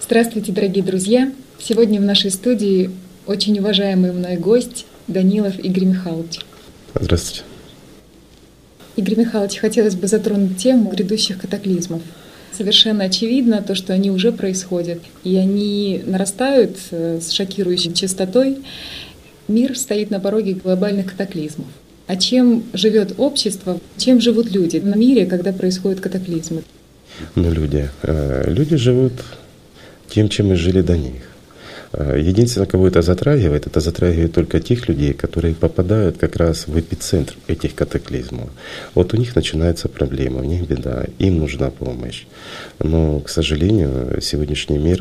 Здравствуйте, дорогие друзья! Сегодня в нашей студии очень уважаемый мной гость Данилов Игорь Михайлович. Здравствуйте. Игорь Михайлович, хотелось бы затронуть тему грядущих катаклизмов. Совершенно очевидно то, что они уже происходят, и они нарастают с шокирующей частотой. Мир стоит на пороге глобальных катаклизмов. А чем живет общество, чем живут люди в мире, когда происходят катаклизмы? Люди живут тем, чем мы жили до них. Единственное, кого это затрагивает только тех людей, которые попадают как раз в эпицентр этих катаклизмов. Вот у них начинается проблема, у них беда, им нужна помощь. Но, к сожалению, сегодняшний мир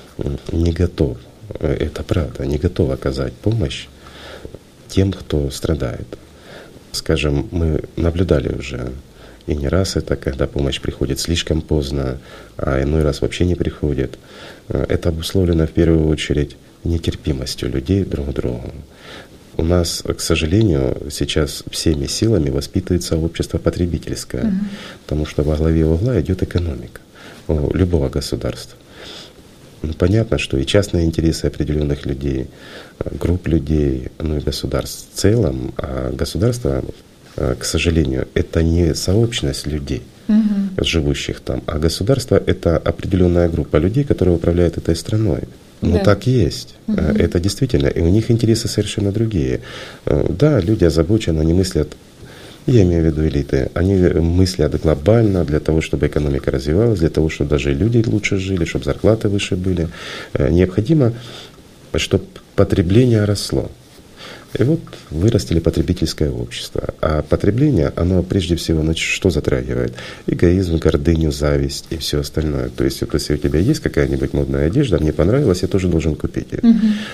не готов, это правда, не готов оказать помощь тем, кто страдает. Скажем, мы наблюдали уже и не раз это, когда помощь приходит слишком поздно, а иной раз вообще не приходит. Это обусловлено в первую очередь нетерпимостью людей друг к другу. У нас, к сожалению, сейчас всеми силами воспитывается общество потребительское, потому что во главе угла идет экономика любого государства. Понятно, что и частные интересы определенных людей, групп людей, и государств в целом, а государство, к сожалению, это не сообщность людей, живущих там, а государство — это определенная группа людей, которые управляют этой страной. Ну так и есть. Это действительно. И у них интересы совершенно другие. Да, люди озабочены, они мыслят, я имею в виду элиты, они мыслят глобально для того, чтобы экономика развивалась, для того, чтобы даже люди лучше жили, чтобы зарплаты выше были. Необходимо, чтобы потребление росло. И вот вырастили потребительское общество. А потребление, оно прежде всего, что затрагивает? Эгоизм, гордыню, зависть и все остальное. То есть, вот если у тебя есть какая-нибудь модная одежда, мне понравилась, я тоже должен купить ее.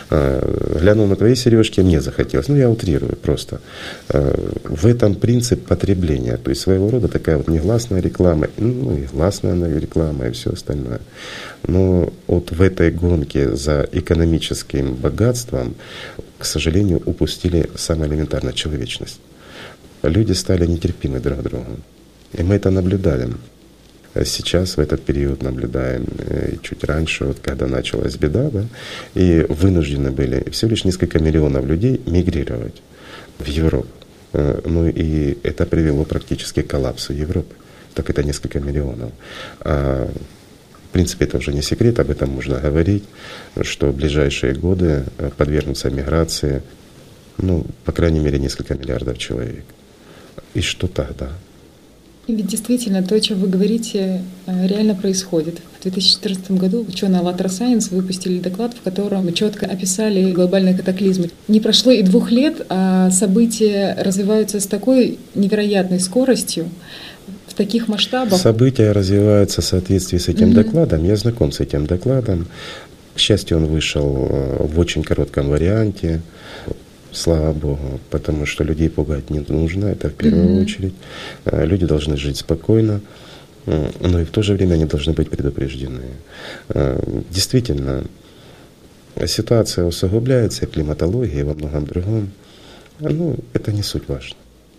Глянул на твои сережки, мне захотелось. Я утрирую просто. В этом принцип потребления. То есть своего рода такая вот негласная реклама, и гласная реклама и все остальное. Но вот в этой гонке за экономическим богатством, к сожалению, упустили самое элементарное — человечность. Люди стали нетерпимы друг к другу. И мы это наблюдали. Сейчас, в этот период, наблюдаем, и чуть раньше, вот, когда началась беда, и вынуждены были всего лишь несколько миллионов людей мигрировать в Европу. И это привело практически к коллапсу Европы. Так это несколько миллионов. В принципе, это уже не секрет, об этом можно говорить, что в ближайшие годы подвергнутся миграции, по крайней мере, несколько миллиардов человек. И что тогда? И ведь действительно то, о чем вы говорите, реально происходит. В 2014 году ученые АЛЛАТРА Сайенс выпустили доклад, в котором четко описали глобальные катаклизмы. Не прошло и 2 лет, а события развиваются с такой невероятной скоростью, в таких масштабах. События развиваются в соответствии с этим докладом. Я знаком с этим докладом. К счастью, он вышел в очень коротком варианте. Слава Богу, потому что людей пугать не нужно, это в первую очередь. Люди должны жить спокойно, но и в то же время они должны быть предупреждены. Действительно, ситуация усугубляется, и климатология, и во многом другом. Это не суть важно.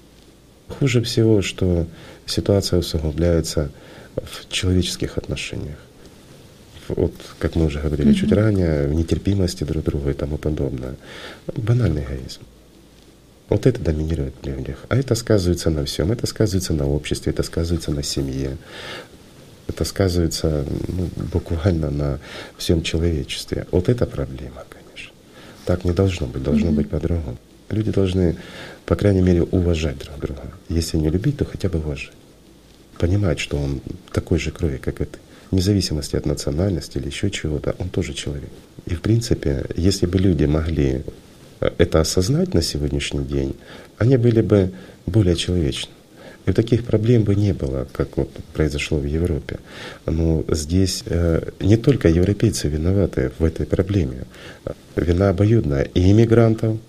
Хуже всего, что ситуация усугубляется в человеческих отношениях. Вот, как мы уже говорили чуть ранее, в нетерпимости друг друга и тому подобное. Банальный эгоизм. Вот это доминирует в людях. А это сказывается на всем. Это сказывается на обществе, это сказывается на семье. Это сказывается буквально на всем человечестве. Вот это проблема, конечно. Так не должно быть, должно быть по-другому. Люди должны, по крайней мере, уважать друг друга. Если не любить, то хотя бы уважать. Понимать, что он такой же крови, как и ты. Вне зависимости от национальности или еще чего-то, он тоже человек. И в принципе, если бы люди могли это осознать на сегодняшний день, они были бы более человечны. И таких проблем бы не было, как вот произошло в Европе. Но здесь не только европейцы виноваты в этой проблеме. Вина обоюдная и иммигрантов,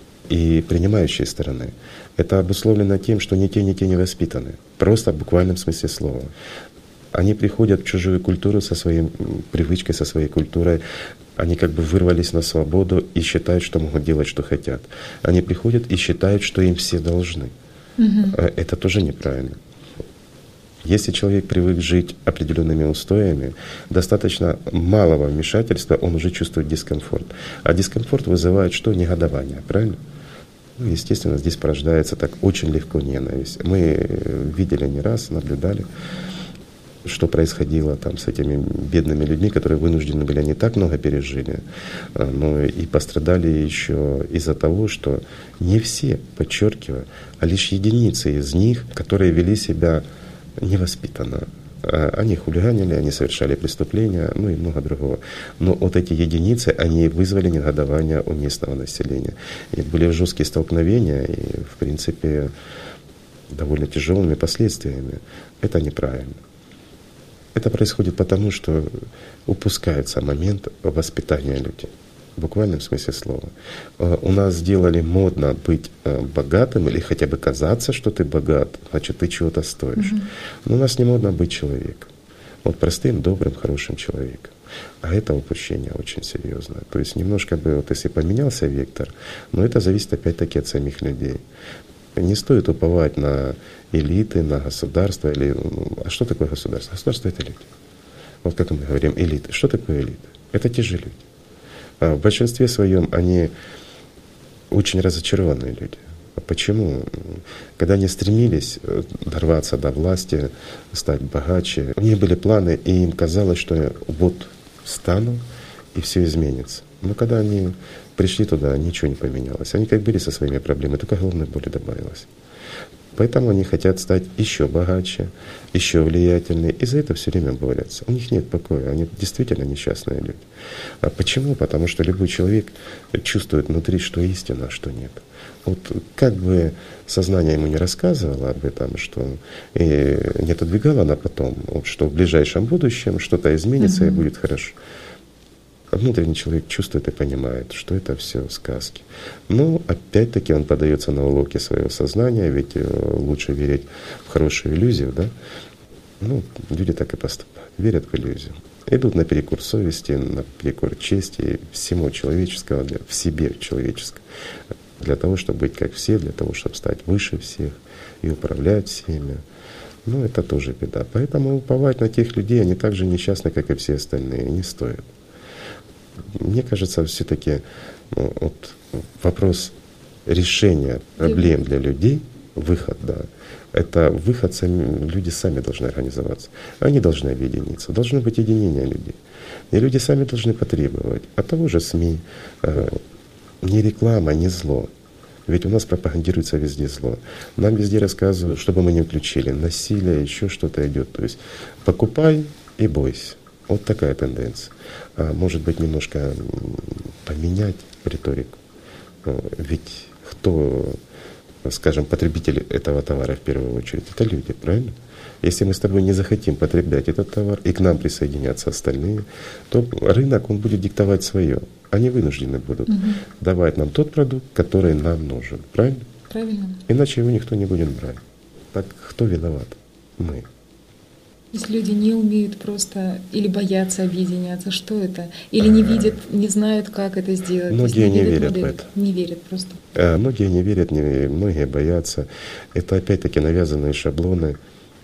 и принимающей стороны. Это обусловлено тем, что ни те, ни те не воспитаны. Просто в буквальном смысле слова. Они приходят в чужую культуру со своей привычкой, со своей культурой. Они как бы вырвались на свободу и считают, что могут делать, что хотят. Они приходят и считают, что им все должны. Это тоже неправильно. Если человек привык жить определенными устоями, достаточно малого вмешательства, он уже чувствует дискомфорт. А дискомфорт вызывает что? Негодование, правильно? Ну, естественно, здесь порождается так очень легко ненависть. Мы видели не раз, наблюдали, что происходило там с этими бедными людьми, которые вынуждены были, они так много пережили, но и пострадали еще из-за того, что не все, подчеркиваю, а лишь единицы из них, которые вели себя невоспитанно. Они хулиганили, они совершали преступления, ну и много другого. Но вот эти единицы, они вызвали негодование у местного населения. И были жесткие столкновения, и, в принципе, довольно тяжелыми последствиями. Это неправильно. Это происходит потому, что упускается момент воспитания людей. В буквальном смысле слова. У нас сделали модно быть богатым или хотя бы казаться, что ты богат, значит, ты чего-то стоишь. Но у нас не модно быть человеком. Вот простым, добрым, хорошим человеком. А это упущение очень серьезное. То есть немножко бы, вот если поменялся вектор, но это зависит опять-таки от самих людей. Не стоит уповать на элиты, на государство. А что такое государство? Государство — это люди. Вот как мы говорим, элиты. Что такое элиты? Это те же люди. В большинстве своем они очень разочарованные люди. Почему? Когда они стремились дорваться до власти, стать богаче, у них были планы, и им казалось, что вот встану, и все изменится. Но когда они пришли туда, ничего не поменялось. Они как были со своими проблемами, только головной боли добавилось. Поэтому они хотят стать еще богаче, еще влиятельнее, и за это все время борются. У них нет покоя, они действительно несчастные люди. А почему? Потому что любой человек чувствует внутри, что истина, а что нет. Вот как бы сознание ему не рассказывало об этом, что и не отодвигало на потом, вот, что в ближайшем будущем что-то изменится и будет хорошо. А внутренний человек чувствует и понимает, что это все сказки. Но опять-таки он поддается на уловки своего сознания, ведь лучше верить в хорошую иллюзию, да? Ну, люди так и поступают, верят в иллюзию. Идут наперекор совести, наперекор чести, всему человеческого, в себе человеческого. Для того, чтобы быть как все, для того, чтобы стать выше всех и управлять всеми. Ну, это тоже беда. Поэтому уповать на тех людей, они так же несчастны, как и все остальные, не стоит. Мне кажется, все-таки вот вопрос решения проблем для людей, выход, да, это выход люди сами должны организоваться. Они должны объединиться, должно быть единение людей. И люди сами должны потребовать от того же СМИ, не реклама, не зло. Ведь у нас пропагандируется везде зло. Нам везде рассказывают, чтобы мы не включили насилие, еще что-то идет. То есть покупай и бойся. Вот такая тенденция. А может быть, немножко поменять риторику. Ведь кто, скажем, потребители этого товара в первую очередь, это люди, правильно? Если мы с тобой не захотим потреблять этот товар, и к нам присоединятся остальные, то рынок, он будет диктовать свое. Они вынуждены будут давать нам тот продукт, который нам нужен. Правильно? Правильно. Иначе его никто не будет брать. Так кто виноват? Мы. Если люди не умеют просто или боятся объединяться, что это? Или не видят, не знают, как это сделать? Многие не верят в это. Не верят просто. Многие не верят, многие боятся. Это опять-таки навязанные шаблоны.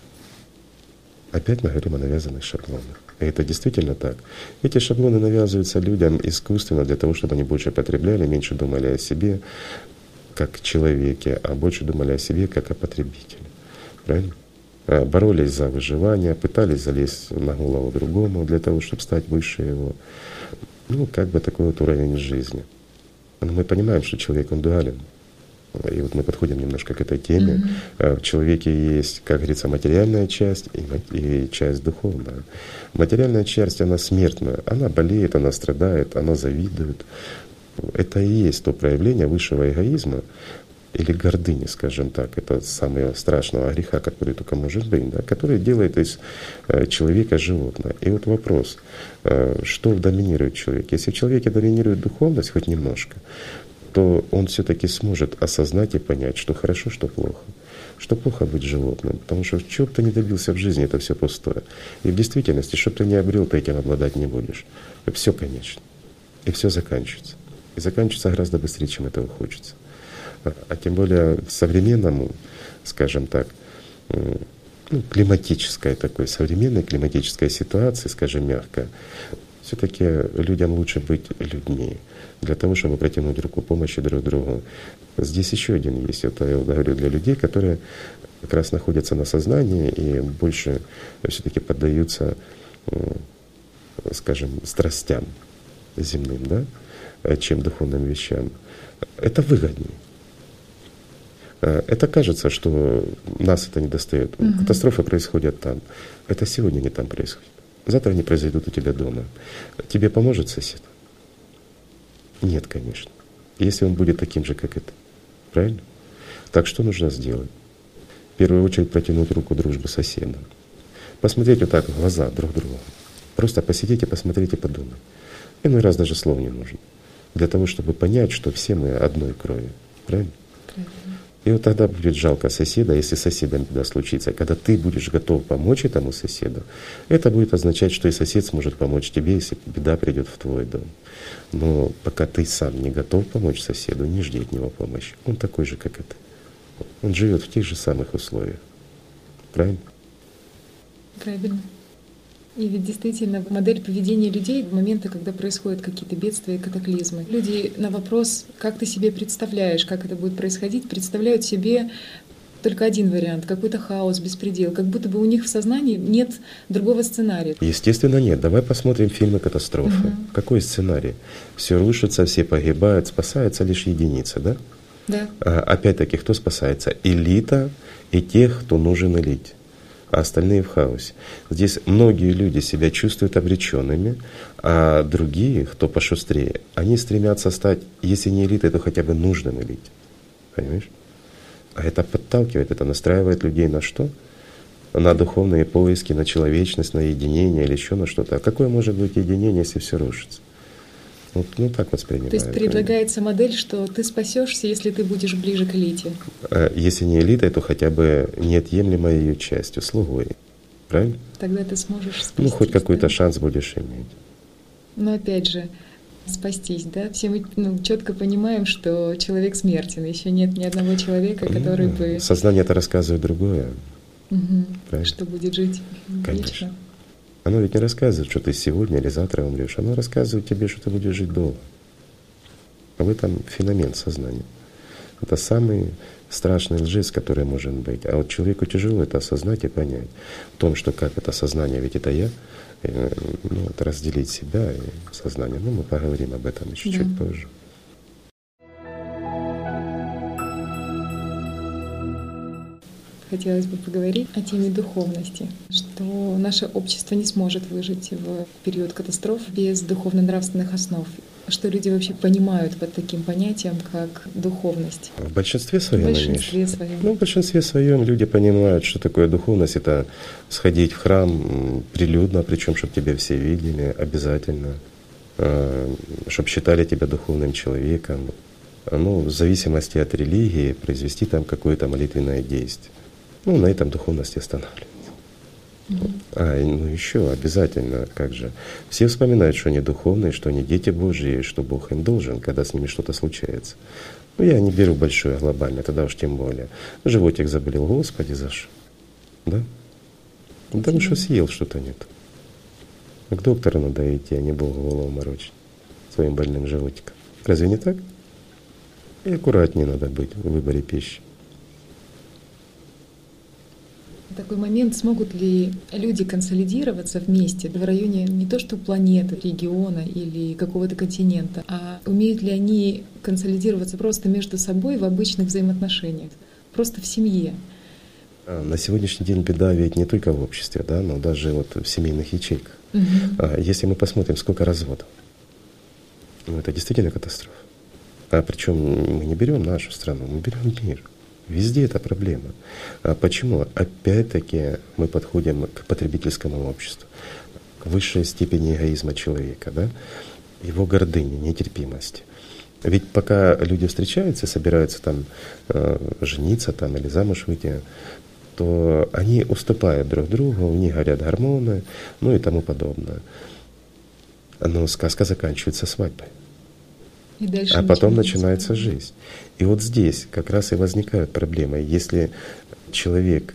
Опять мы говорим о навязанных шаблонах. И это действительно так. Эти шаблоны навязываются людям искусственно для того, чтобы они больше потребляли, меньше думали о себе как человеке, а больше думали о себе как о потребителе. Правильно? Боролись за выживание, пытались залезть на голову другому для того, чтобы стать выше его. Ну, как бы такой вот уровень жизни. Но мы понимаем, что человек, он дуален. И вот мы подходим немножко к этой теме. В человеке есть, как говорится, материальная часть и часть духовная. Материальная часть, она смертная. Она болеет, она страдает, она завидует. Это и есть то проявление высшего эгоизма, или гордыни, скажем так, это самого страшного греха, который только может быть, да, который делает из человека животное. И вот вопрос, что доминирует в человеке? Если в человеке доминирует духовность хоть немножко, то он все-таки сможет осознать и понять, что хорошо, что плохо. Что плохо быть животным, потому что чего бы ты не добился в жизни, это все пустое. И в действительности, что бы ты не обрел, ты этим обладать не будешь. Все конечно. И все заканчивается. И заканчивается гораздо быстрее, чем этого хочется. А тем более современному, скажем так, климатической такой, современной климатической ситуации, скажем мягко, все-таки людям лучше быть людьми, для того, чтобы протянуть руку помощи друг другу. Здесь еще один есть, это я говорю для людей, которые как раз находятся на сознании и больше все-таки поддаются, скажем, страстям земным, да, чем духовным вещам. Это выгоднее. Это кажется, что нас это не достает. Катастрофы происходят там. Это сегодня не там происходит. Завтра они произойдут у тебя дома. Тебе поможет сосед? Нет, конечно. Если он будет таким же, как это. Правильно? Так что нужно сделать? В первую очередь протянуть руку дружбы соседам. Посмотреть вот так в глаза друг другу. Просто посидите, посмотрите, подумайте. Иной раз даже слов не нужно. Для того, чтобы понять, что все мы одной крови. Правильно? И вот тогда будет жалко соседа, если с соседом беда случится. Когда ты будешь готов помочь этому соседу, это будет означать, что и сосед сможет помочь тебе, если беда придет в твой дом. Но пока ты сам не готов помочь соседу, не жди от него помощи. Он такой же, как и ты. Он живет в тех же самых условиях. Правильно? Правильно. И ведь действительно модель поведения людей в моменты, когда происходят какие-то бедствия и катаклизмы. Люди на вопрос, как ты себе представляешь, как это будет происходить, представляют себе только один вариант, какой-то хаос, беспредел, как будто бы у них в сознании нет другого сценария. Естественно, нет. Давай посмотрим фильмы катастрофы. Какой сценарий? Все рушится, все погибают, спасается лишь единица, да? Да. Опять-таки, кто спасается? Элита и тех, кто нужен элите, а остальные в хаосе. Здесь многие люди себя чувствуют обреченными, а другие, кто пошустрее, они стремятся стать, если не элитой, то хотя бы нужным элите. Понимаешь? А это подталкивает, это настраивает людей на что? На духовные поиски, на человечность, на единение или еще на что-то. А какое может быть единение, если все рушится? Вот, так воспринимаю. То есть предлагается модель, что ты спасешься, если ты будешь ближе к элите. Если не элитой, то хотя бы неотъемлемой ее частью, слугой. Правильно? Тогда ты сможешь спастись. Хоть какой-то шанс будешь иметь. Но опять же, спастись, да? Все мы четко понимаем, что человек смертен. Еще нет ни одного человека, который бы... Сознание это рассказывает другое. Что будет жить Конечно. вечно. Оно ведь не рассказывает, что ты сегодня или завтра умрешь. Оно рассказывает тебе, что ты будешь жить долго. В этом феномен сознания. Это самый страшный лжец, который может быть. А вот человеку тяжело это осознать и понять. В том, что как это сознание, ведь это я. Это разделить себя и сознание. Мы поговорим об этом еще чуть позже. Хотелось бы поговорить о теме духовности, что наше общество не сможет выжить в период катастроф без духовно-нравственных основ. Что люди вообще понимают под таким понятием, как духовность? В большинстве своем, В большинстве своем. В большинстве своем люди понимают, что такое духовность. Это сходить в храм прилюдно, причем, чтобы тебя все видели, обязательно, чтобы считали тебя духовным человеком. В зависимости от религии произвести там какое-то молитвенное действие. На этом духовность останавливается. Еще обязательно, как же. Все вспоминают, что они духовные, что они дети Божьи, что Бог им должен, когда с ними что-то случается. Я не беру большое глобально, тогда уж тем более. Животик заболел, Господи, за что? Да? Да что съел что-то нет. К доктору надо идти, а не Богу голову морочить своим больным животиком. Разве не так? И аккуратнее надо быть в выборе пищи. В такой момент смогут ли люди консолидироваться вместе в районе не то что планеты, региона или какого-то континента, а умеют ли они консолидироваться просто между собой в обычных взаимоотношениях, просто в семье? На сегодняшний день беда ведь не только в обществе, да, но даже в семейных ячейках. Если мы посмотрим, сколько разводов, это действительно катастрофа. Причем мы не берем нашу страну, мы берем мир. Везде эта проблема. Почему? Опять-таки мы подходим к потребительскому обществу, к высшей степени эгоизма человека, да? Его гордыни, нетерпимости. Ведь пока люди встречаются, собираются там жениться там, или замуж выйти, то они уступают друг другу, у них горят гормоны, и тому подобное. Но сказка заканчивается свадьбой. А потом начинается жизнь. И вот здесь как раз и возникают проблемы. Если человек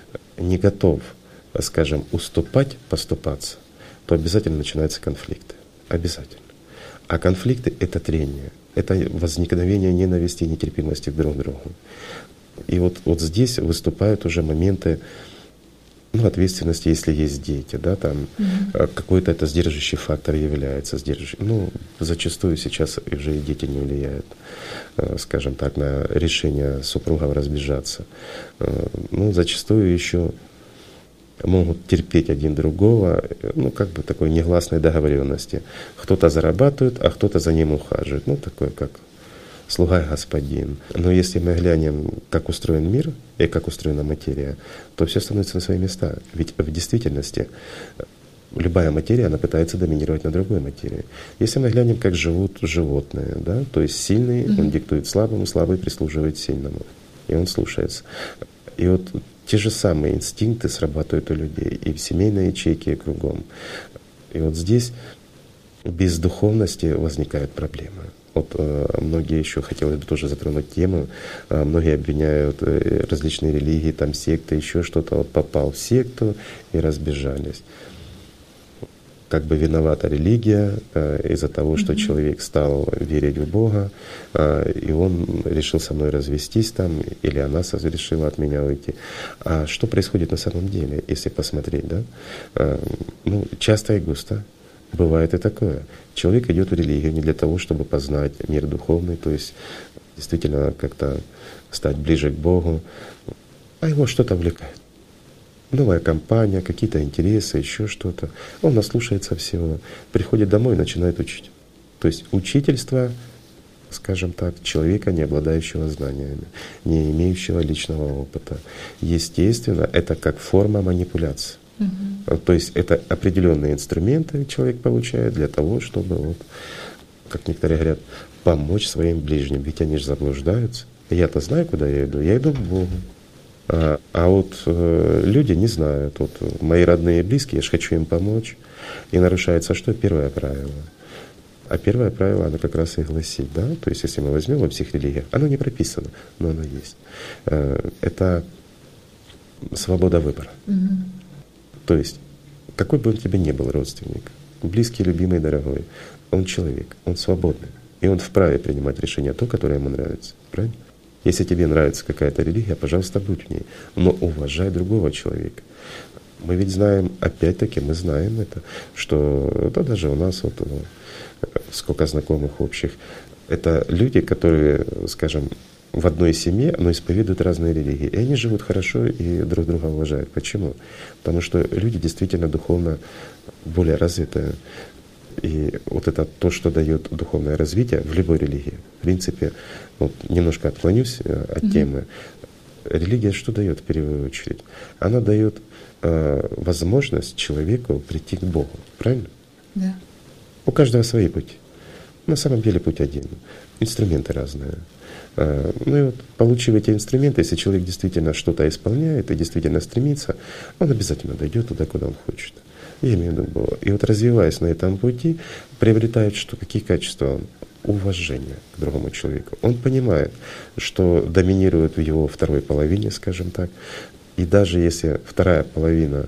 не готов, скажем, уступать, поступаться, то обязательно начинаются конфликты. Обязательно. А конфликты — это трение, это возникновение ненависти и нетерпимости друг к другу. И вот здесь выступают уже моменты, ну, ответственности, если есть дети, да, там какой-то это сдерживающий фактор является, ну, зачастую сейчас уже и дети не влияют, скажем так, на решение супругов разбежаться. Ну, зачастую еще могут терпеть один другого, ну, как бы такой негласной договоренности. Кто-то зарабатывает, а кто-то за ним ухаживает. Ну, такое как слуга и господин. Но если мы глянем, как устроен мир и как устроена материя, то все становится на свои места. Ведь в действительности любая материя, она пытается доминировать над другой материей. Если мы глянем, как живут животные, да, то есть сильный, он диктует слабому, слабый прислуживает сильному, и он слушается. И вот те же самые инстинкты срабатывают у людей и в семейной ячейке, и кругом. И вот здесь без духовности возникают проблемы. Вот многие еще, хотелось бы тоже затронуть тему, многие обвиняют различные религии, там секты, еще что-то, вот попал в секту и разбежались. Как бы виновата религия из-за того, что человек стал верить в Бога, и он решил со мной развестись там, или она решила от меня уйти. А что происходит на самом деле, если посмотреть, да? Ну, часто и густо. Бывает и такое. Человек идет в религию не для того, чтобы познать мир духовный, то есть действительно как-то стать ближе к Богу, а его что-то увлекает. Новая компания, какие-то интересы, еще что-то. Он наслушается всего, приходит домой и начинает учить. То есть учительство, скажем так, человека, не обладающего знаниями, не имеющего личного опыта. Естественно, это как форма манипуляции. То есть это определенные инструменты человек получает для того, чтобы, вот, как некоторые говорят, помочь своим ближним. Ведь они же заблуждаются. Я-то знаю, куда я иду к Богу. А вот люди не знают. Вот мои родные и близкие, я же хочу им помочь. И нарушается что? Первое правило. А первое правило, оно как раз и гласит, да? То есть если мы возьмем во всех религиях, оно не прописано, но оно есть. Это свобода выбора. То есть, какой бы он тебе ни был родственник, близкий, любимый, дорогой, он человек, он свободный. И он вправе принимать решение то, которое ему нравится. Правильно? Если тебе нравится какая-то религия, пожалуйста, будь в ней. Но уважай другого человека. Мы ведь знаем, опять-таки мы знаем это, что да, даже у нас вот сколько знакомых общих, это люди, которые, скажем, в одной семье, но исповедуют разные религии. И они живут хорошо и друг друга уважают. Почему? Потому что люди действительно духовно более развитые. И вот это то, что дает духовное развитие в любой религии. В принципе, вот немножко отклонюсь от темы. Религия что дает в первую очередь? Она дает возможность человеку прийти к Богу. Правильно? Да. У каждого свои пути. На самом деле путь один. Инструменты разные. Ну и вот, получив эти инструменты, если человек действительно что-то исполняет и действительно стремится, он обязательно дойдет туда, куда он хочет. Я имею в виду Бога. И вот развиваясь на этом пути, приобретает что? Какие качества он? Уважение к другому человеку. Он понимает, что доминирует в его второй половине, скажем так. И даже если вторая половина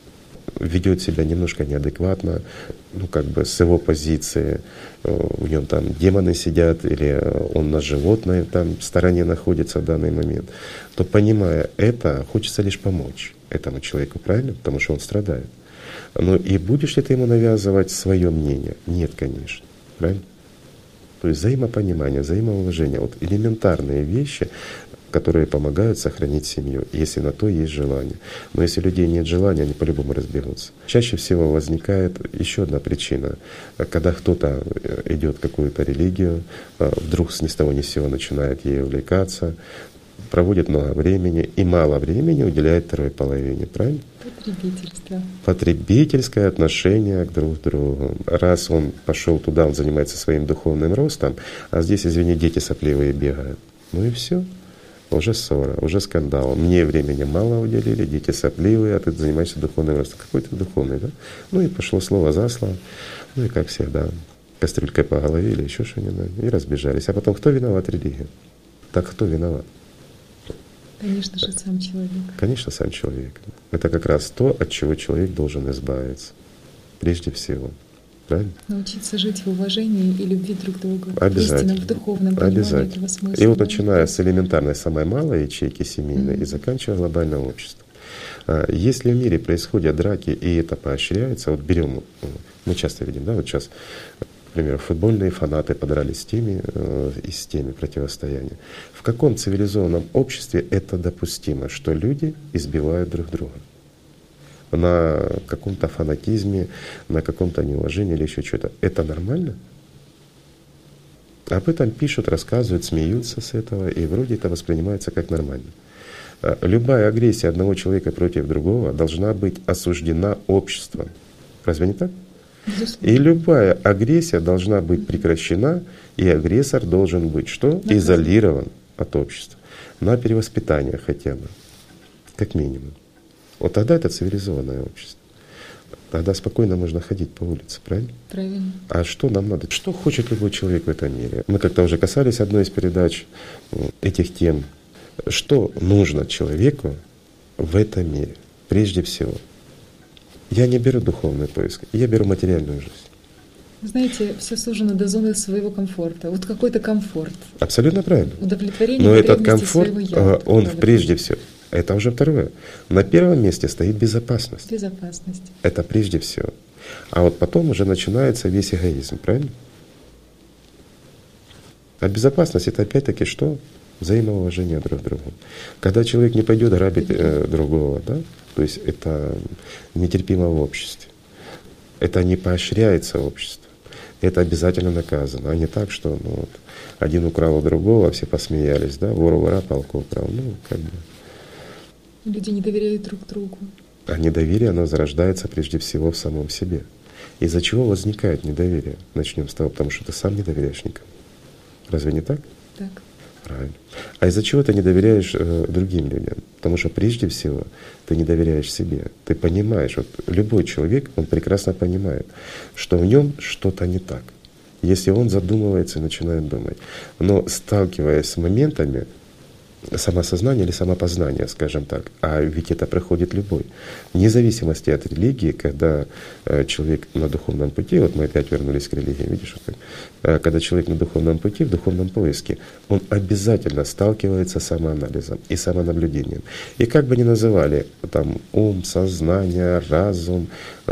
ведет себя немножко неадекватно, ну как бы с его позиции, в нем там демоны сидят или он на животной там стороне находится в данный момент, то, понимая это, хочется лишь помочь этому человеку, правильно? Потому что он страдает. Но и будешь ли ты ему навязывать свое мнение? Нет, конечно. Правильно? То есть взаимопонимание, взаимоуважение, вот элементарные вещи, которые помогают сохранить семью, если на то есть желание. Но если у людей нет желания, они по-любому разбегутся. Чаще всего возникает еще одна причина. Когда кто-то идет в какую-то религию, вдруг ни с того ни с сего начинает ей увлекаться, проводит много времени и мало времени уделяет второй половине, правильно? Потребительство. Потребительское отношение друг к другу. Раз он пошел туда, он занимается своим духовным ростом, а здесь, извини, дети сопливые бегают. Ну и все. Уже ссора, уже скандал. Мне времени мало уделили, дети сопливые, а ты занимаешься духовным ростом. Какой ты духовный, да? Ну и пошло слово за слово. Ну и как всегда, кастрюлькой по голове или еще что-нибудь. И разбежались. А потом кто виноват? Религия. Так кто виноват? Конечно же, сам человек. Конечно, сам человек. Это как раз то, от чего человек должен избавиться. Прежде всего. Правильно? Научиться жить в уважении и любви друг к другу. Обязательно. Истинно, в духовном понимании Обязательно. этого смысла. И вот начиная с элементарной самой малой ячейки семейной и заканчивая глобальным обществом. Если в мире происходят драки, и это поощряется, вот берем, мы часто видим, да, вот сейчас, например, футбольные фанаты подрались с теми и с теми противостояния. В каком цивилизованном обществе это допустимо, что люди избивают друг друга? На каком-то фанатизме, на каком-то неуважении или еще что-то. Это нормально? Об этом пишут, рассказывают, смеются с этого, и вроде это воспринимается как нормально. Любая агрессия одного человека против другого должна быть осуждена обществом. Разве не так? И любая агрессия должна быть прекращена, и агрессор должен быть что? Изолирован от общества. На перевоспитание хотя бы, как минимум. Вот тогда это цивилизованное общество. Тогда спокойно можно ходить по улице, правильно? Правильно. А что нам надо? Что хочет любой человек в этом мире? Мы как-то уже касались одной из передач этих тем. Что нужно человеку в этом мире? Прежде всего. Я не беру духовный поиск, я беру материальную жизнь. Знаете, все сужено до зоны своего комфорта. Вот какой-то комфорт. Абсолютно правильно. Удовлетворение Но этот потребностей комфорт, своего «я». он прежде всего. Это уже второе. На первом месте стоит безопасность. Безопасность. Это прежде всего. А вот потом уже начинается весь эгоизм, правильно? А безопасность — это опять-таки что? Взаимоуважение друг к другу. Когда человек не пойдет грабить другого, да? То есть это нетерпимо в обществе. Это не поощряется обществом. Это обязательно наказано. А не так, что один украл у другого, все посмеялись, да? Вор у вора палку украл. Как бы. Люди не доверяют друг другу. А недоверие, оно зарождается прежде всего в самом себе. Из-за чего возникает недоверие? Начнем с того, потому что ты сам не доверяешь никому. Разве не так? Так. Правильно. А из-за чего ты не доверяешь другим людям? Потому что прежде всего ты не доверяешь себе. Ты понимаешь, вот любой человек, он прекрасно понимает, что в нем что-то не так. Если он задумывается и начинает думать. Но сталкиваясь с моментами самосознания или самопознания, скажем так, а ведь это проходит любой, вне зависимости от религии, когда человек на духовном пути, вот мы опять вернулись к религии, видишь, вот так, когда человек на духовном пути, в духовном поиске, он обязательно сталкивается с самоанализом и самонаблюдением. И как бы ни называли там ум, сознание, разум,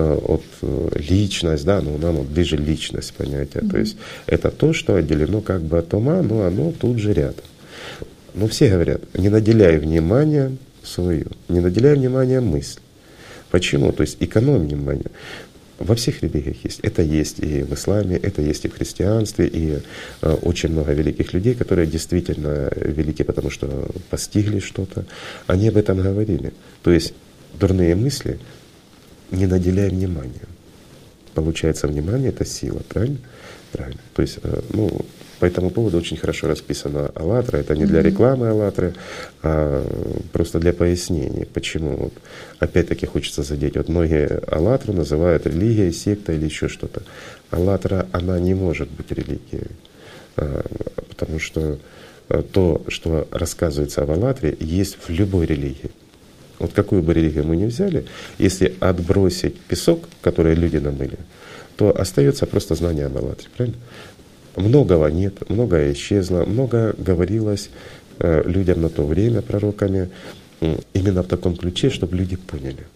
личность, да, но нам ближе личность понятие, то есть это то, что отделено как бы от ума, но оно тут же рядом. Но все говорят, не наделяй вниманием свою, не наделяй вниманием мысль. Почему? То есть экономь внимание. Во всех религиях есть. Это есть и в исламе, это есть и в христианстве, и очень много великих людей, которые действительно велики, потому что постигли что-то. Они об этом говорили. То есть дурные мысли не наделяй вниманием. Получается, внимание — это сила, правильно? Правильно. То есть, по этому поводу очень хорошо расписано «АЛЛАТРА». Это не для рекламы «АЛЛАТРы», а просто для пояснения, почему. Вот, опять-таки хочется задеть. Вот многие «АЛЛАТРу» называют религией, сектой или еще что-то. «АЛЛАТРа», она не может быть религией, потому что то, что рассказывается в «АЛЛАТРе», есть в любой религии. Вот какую бы религию мы ни взяли, если отбросить песок, который люди намыли, то остается просто знание об «АЛЛАТРе», правильно? Многого нет, многое исчезло, многое говорилось людям на то время, пророками, именно в таком ключе, чтобы люди поняли.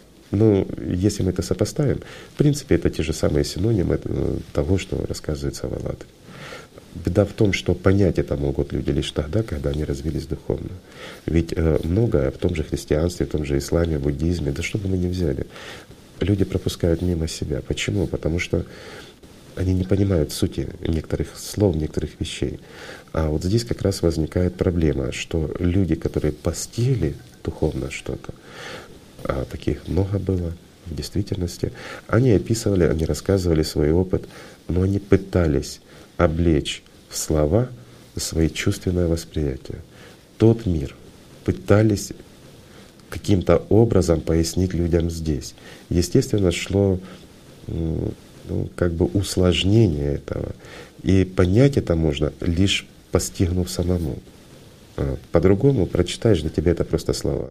Если мы это сопоставим, в принципе, это те же самые синонимы того, что рассказывается в «АЛЛАТРе». Беда в том, что понять это могут люди лишь тогда, когда они развились духовно. Ведь многое в том же христианстве, в том же исламе, буддизме, да что бы мы ни взяли, люди пропускают мимо себя. Почему? Потому что они не понимают сути некоторых слов, некоторых вещей. А вот здесь как раз возникает проблема, что люди, которые постигли духовно что-то, а таких много было в действительности, они описывали, они рассказывали свой опыт, но они пытались облечь в слова свои чувственное восприятие. Тот мир пытались каким-то образом пояснить людям здесь. Естественно, шло усложнение этого. И понять это можно, лишь постигнув самому. По-другому прочитаешь, для тебя это просто слова.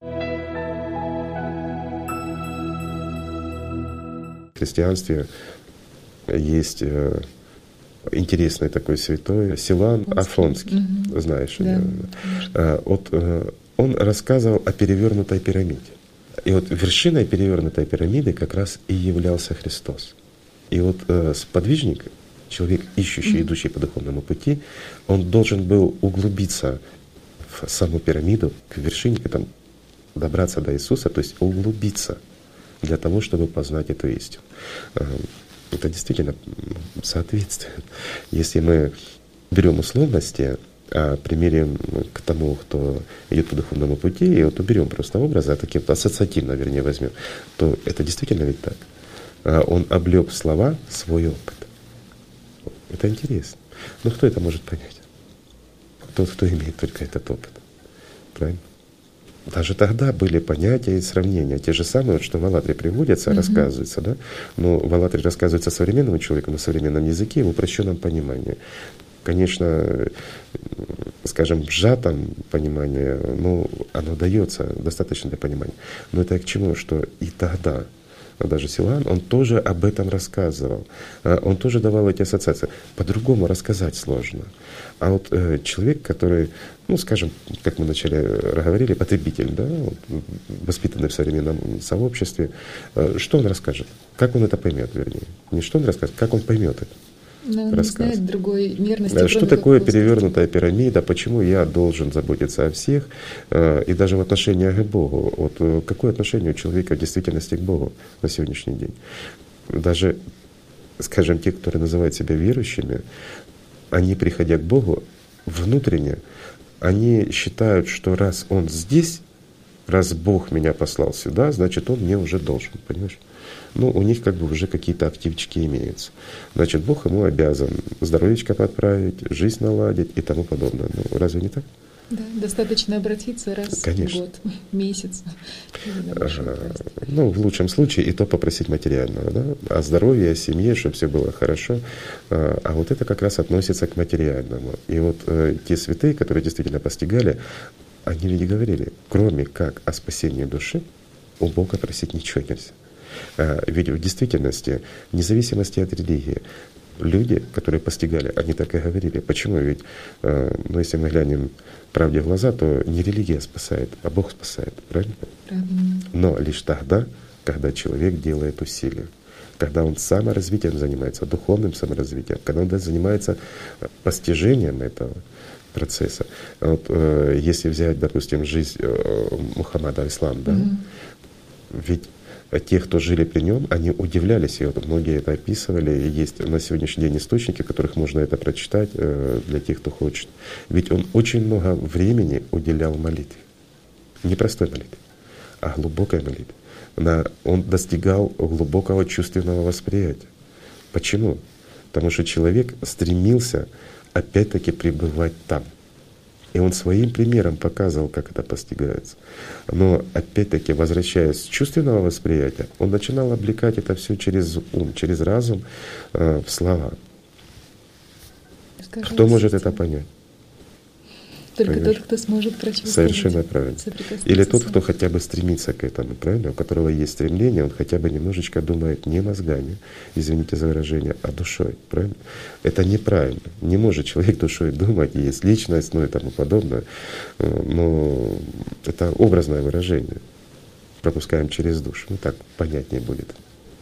В христианстве есть интересный такой святой Силуан Афонский, знаешь, Да. вот он рассказывал о перевернутой пирамиде. И вот вершиной перевернутой пирамиды как раз и являлся Христос. И вот сподвижник, человек, ищущий, идущий по духовному пути, он должен был углубиться в саму пирамиду, к вершине, там, добраться до Иисуса, то есть углубиться для того, чтобы познать эту истину. Это действительно соответствует. Если мы берем условности, примерим к тому, кто идет по духовному пути, и вот уберем просто образы, а таким ассоциативно, вернее, возьмем, то это действительно ведь так. Он облег в слова свой опыт. Это интересно. Но кто это может понять? Тот, кто имеет только этот опыт. Правильно? Даже тогда были понятия и сравнения, те же самые, вот, что в «АЛЛАТРАе» приводятся, рассказываются, да? Но в «АЛЛАТРАе» рассказывается современному человеку на современном языке, в упрощенном понимании. Конечно, скажем, в сжатом понимании, ну, оно дается достаточно для понимания. Но это к чему? Что и тогда даже Силуан, он тоже об этом рассказывал. Он тоже давал эти ассоциации. По-другому рассказать сложно. А вот человек, который, ну, скажем, как мы вначале говорили, потребитель, да, воспитанный в современном сообществе, что он расскажет? Как он это поймет, вернее? Не что он расскажет, как он поймет это? Но он не знает другой мерности. Да, что такое перевернутая пирамида, почему я должен заботиться о всех, и даже в отношениях к Богу. Вот какое отношение у человека в действительности к Богу на сегодняшний день? Даже, скажем, те, которые называют себя верующими, они, приходя к Богу, внутренне, они считают, что раз Он здесь, раз Бог меня послал сюда, значит, Он мне уже должен, понимаешь? Ну, у них как бы уже какие-то активчики имеются. Значит, Бог ему обязан здоровечко подправить, жизнь наладить и тому подобное. Ну, разве не так? Да, достаточно обратиться раз в год, месяц. Ну, в лучшем случае и то попросить материального, да? О здоровье, о семье, чтобы все было хорошо. А вот это как раз относится к материальному. И вот те святые, которые действительно постигали, они ведь говорили, кроме как о спасении души, у Бога просить ничего нельзя. Ведь в действительности, вне зависимости от религии, люди, которые постигали, они так и говорили. Почему? Ведь, ну, если мы глянем правде в глаза, то не религия спасает, а Бог спасает. Правильно? Правильно. Но лишь тогда, когда человек делает усилия, когда он саморазвитием занимается, духовным саморазвитием, когда он занимается постижением этого процесса. Вот, если взять, допустим, жизнь Мухаммада, ислам, да, ведь те, кто жили при нем, они удивлялись, и вот многие это описывали, и есть на сегодняшний день источники, в которых можно это прочитать для тех, кто хочет. Ведь он очень много времени уделял молитве. Не простой молитве, а глубокой молитве. Он достигал глубокого чувственного восприятия. Почему? Потому что человек стремился опять-таки пребывать там. И он своим примером показывал, как это постигается. Но опять-таки, возвращаясь с чувственного восприятия, он начинал облекать это все через ум, через разум в слова. Кто может это понять? Только тот, кто сможет прочувствовать. Совершенно правильно. Или тот, кто хотя бы стремится к этому, правильно? У которого есть стремление, он хотя бы немножечко думает не мозгами, извините за выражение, а душой, правильно? Это неправильно. Не может человек душой думать, есть личность, ну и тому подобное. Но это образное выражение. Пропускаем через душу. Ну так понятнее будет.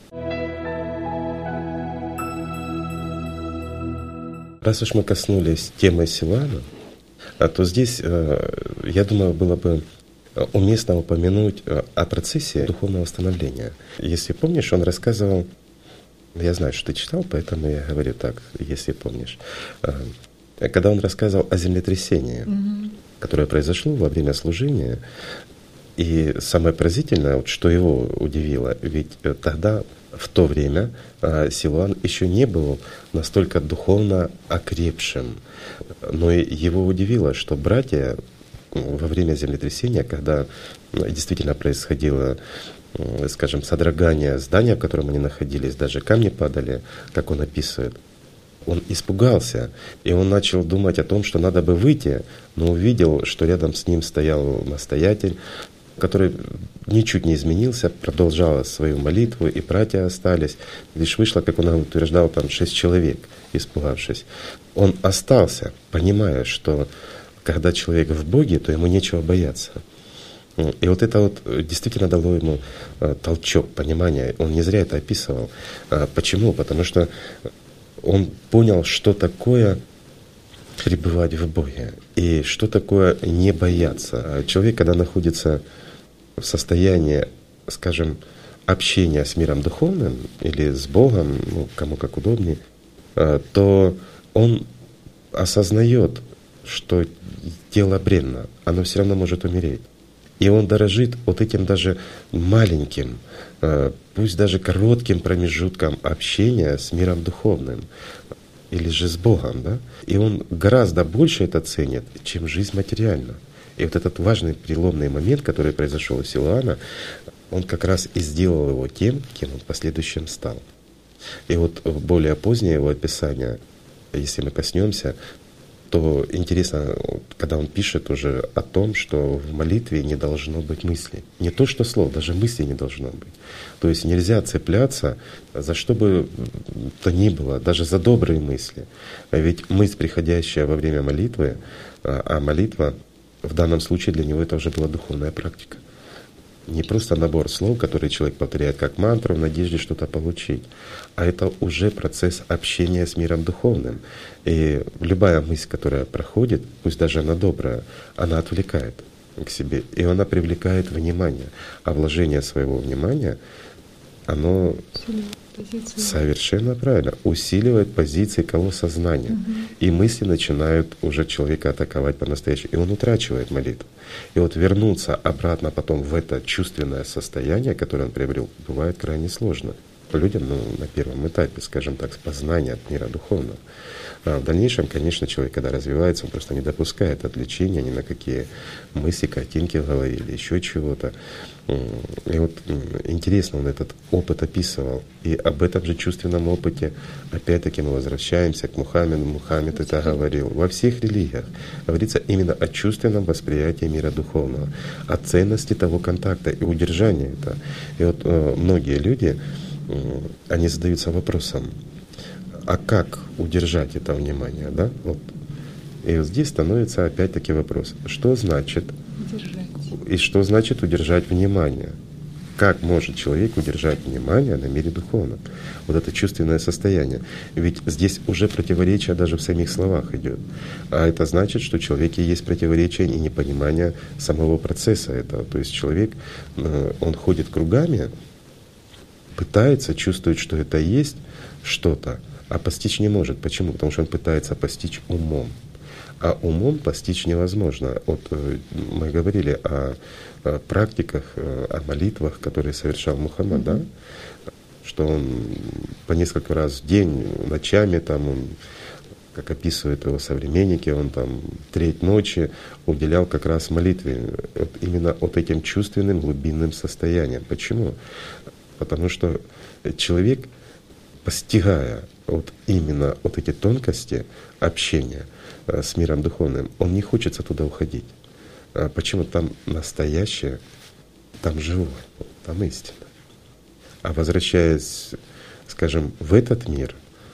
Раз уж мы коснулись темы Силуана, то здесь, я думаю, было бы уместно упомянуть о процессе духовного становления. Если помнишь, он рассказывал, я знаю, что ты читал, поэтому я говорю так, если помнишь, когда он рассказывал о землетрясении, которое произошло во время служения, и самое поразительное, вот, что его удивило, ведь тогда, в то время, Силуан еще не был настолько духовно окрепшим. Но его удивило, что братья во время землетрясения, когда действительно происходило, скажем, содрогание здания, в котором они находились, даже камни падали, как он описывает, Он испугался, и он начал думать о том, что надо бы выйти, но увидел, что рядом с ним стоял настоятель, который ничуть не изменился, продолжал свою молитву, и братья остались. Лишь вышло, как он утверждал, там 6 человек, испугавшись. Он остался, понимая, что когда человек в Боге, то ему нечего бояться. И вот это вот действительно дало ему толчок, понимания. Он не зря это описывал. Почему? Потому что он понял, что такое пребывать в Боге и что такое не бояться. Человек, когда находится в состоянии, скажем, общения с миром духовным или с Богом, ну, кому как удобнее, то он осознает, что тело бренно, оно все равно может умереть. И он дорожит вот этим даже маленьким, пусть даже коротким промежутком общения с миром духовным или же с Богом, да? И он гораздо больше это ценит, чем жизнь материальна. И вот этот важный переломный момент, который произошел у Силуана, он как раз и сделал его тем, кем он в последующем стал. И вот более позднее его описание, если мы коснемся, то интересно, когда он пишет уже о том, что в молитве не должно быть мысли. Не то что слов, даже мысли не должно быть. То есть нельзя цепляться за что бы то ни было, даже за добрые мысли. Ведь мысль, приходящая во время молитвы, а молитва в данном случае для него это уже была духовная практика. Не просто набор слов, которые человек повторяет как мантру в надежде что-то получить, а это уже процесс общения с миром духовным. И любая мысль, которая проходит, пусть даже она добрая, она отвлекает к себе, и она привлекает внимание. А вложение своего внимания, оно совершенно правильно усиливает позиции кого сознания. И мысли начинают уже человека атаковать по-настоящему. И он утрачивает молитву. И вот вернуться обратно потом в это чувственное состояние, которое он приобрел, бывает крайне сложно. Людям, на первом этапе, скажем так, познания от мира духовного. А в дальнейшем, конечно, человек, когда развивается, он просто не допускает отвлечения ни на какие мысли, картинки в голове или еще чего-то. И вот интересно, он этот опыт описывал. И об этом же чувственном опыте, опять-таки, мы возвращаемся к Мухаммеду. Мухаммед это говорил. Во всех религиях говорится именно о чувственном восприятии мира духовного, о ценности того контакта и удержании этого. И вот многие люди, они задаются вопросом, а как удержать это внимание, да? Вот. И вот здесь становится опять-таки вопрос, что значит удержать? И что значит удержать внимание? Как может человек удержать внимание на мире духовном? Вот это чувственное состояние. Ведь здесь уже противоречие даже в самих словах идет. А это значит, что в человеке есть противоречие и непонимание самого процесса этого. То есть человек, он ходит кругами, пытается, чувствует, что это есть что-то, а постичь не может. Почему? Потому что он пытается постичь умом. А умом постичь невозможно. Вот мы говорили о практиках, о молитвах, которые совершал Мухаммад, да? Что он по несколько раз в день, ночами, там он, как описывают его современники, он там треть ночи уделял как раз молитве, вот именно вот этим чувственным глубинным состоянием. Почему? Потому что человек, постигая вот именно вот эти тонкости общения с миром духовным, он не хочет оттуда уходить. Почему? Там настоящее, там живое, там истина. А возвращаясь, скажем, в этот мир,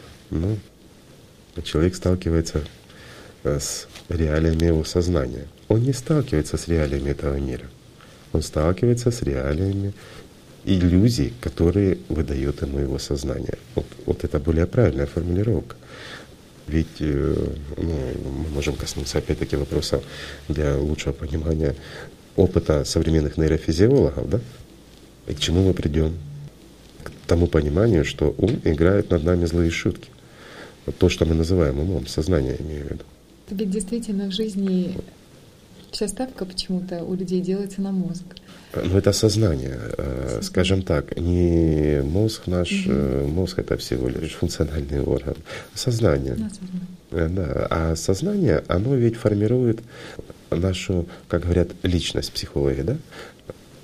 человек сталкивается с реалиями его сознания. Он не сталкивается с реалиями этого мира. Он сталкивается с реалиями иллюзий, которые выдает ему его сознание. Вот это более правильная формулировка. Ведь мы можем коснуться опять-таки вопроса для лучшего понимания опыта современных нейрофизиологов, да? И к чему мы придем? К тому пониманию, что ум играет над нами злые шутки. Вот то, что мы называем умом, сознание, я имею в виду. Ведь действительно в жизни вся ставка почему-то у людей делается на мозг. Но это сознание, скажем так, не мозг наш, мозг это всего лишь функциональный орган, сознание. Да, а сознание, оно ведь формирует нашу, как говорят, личность психологи, да?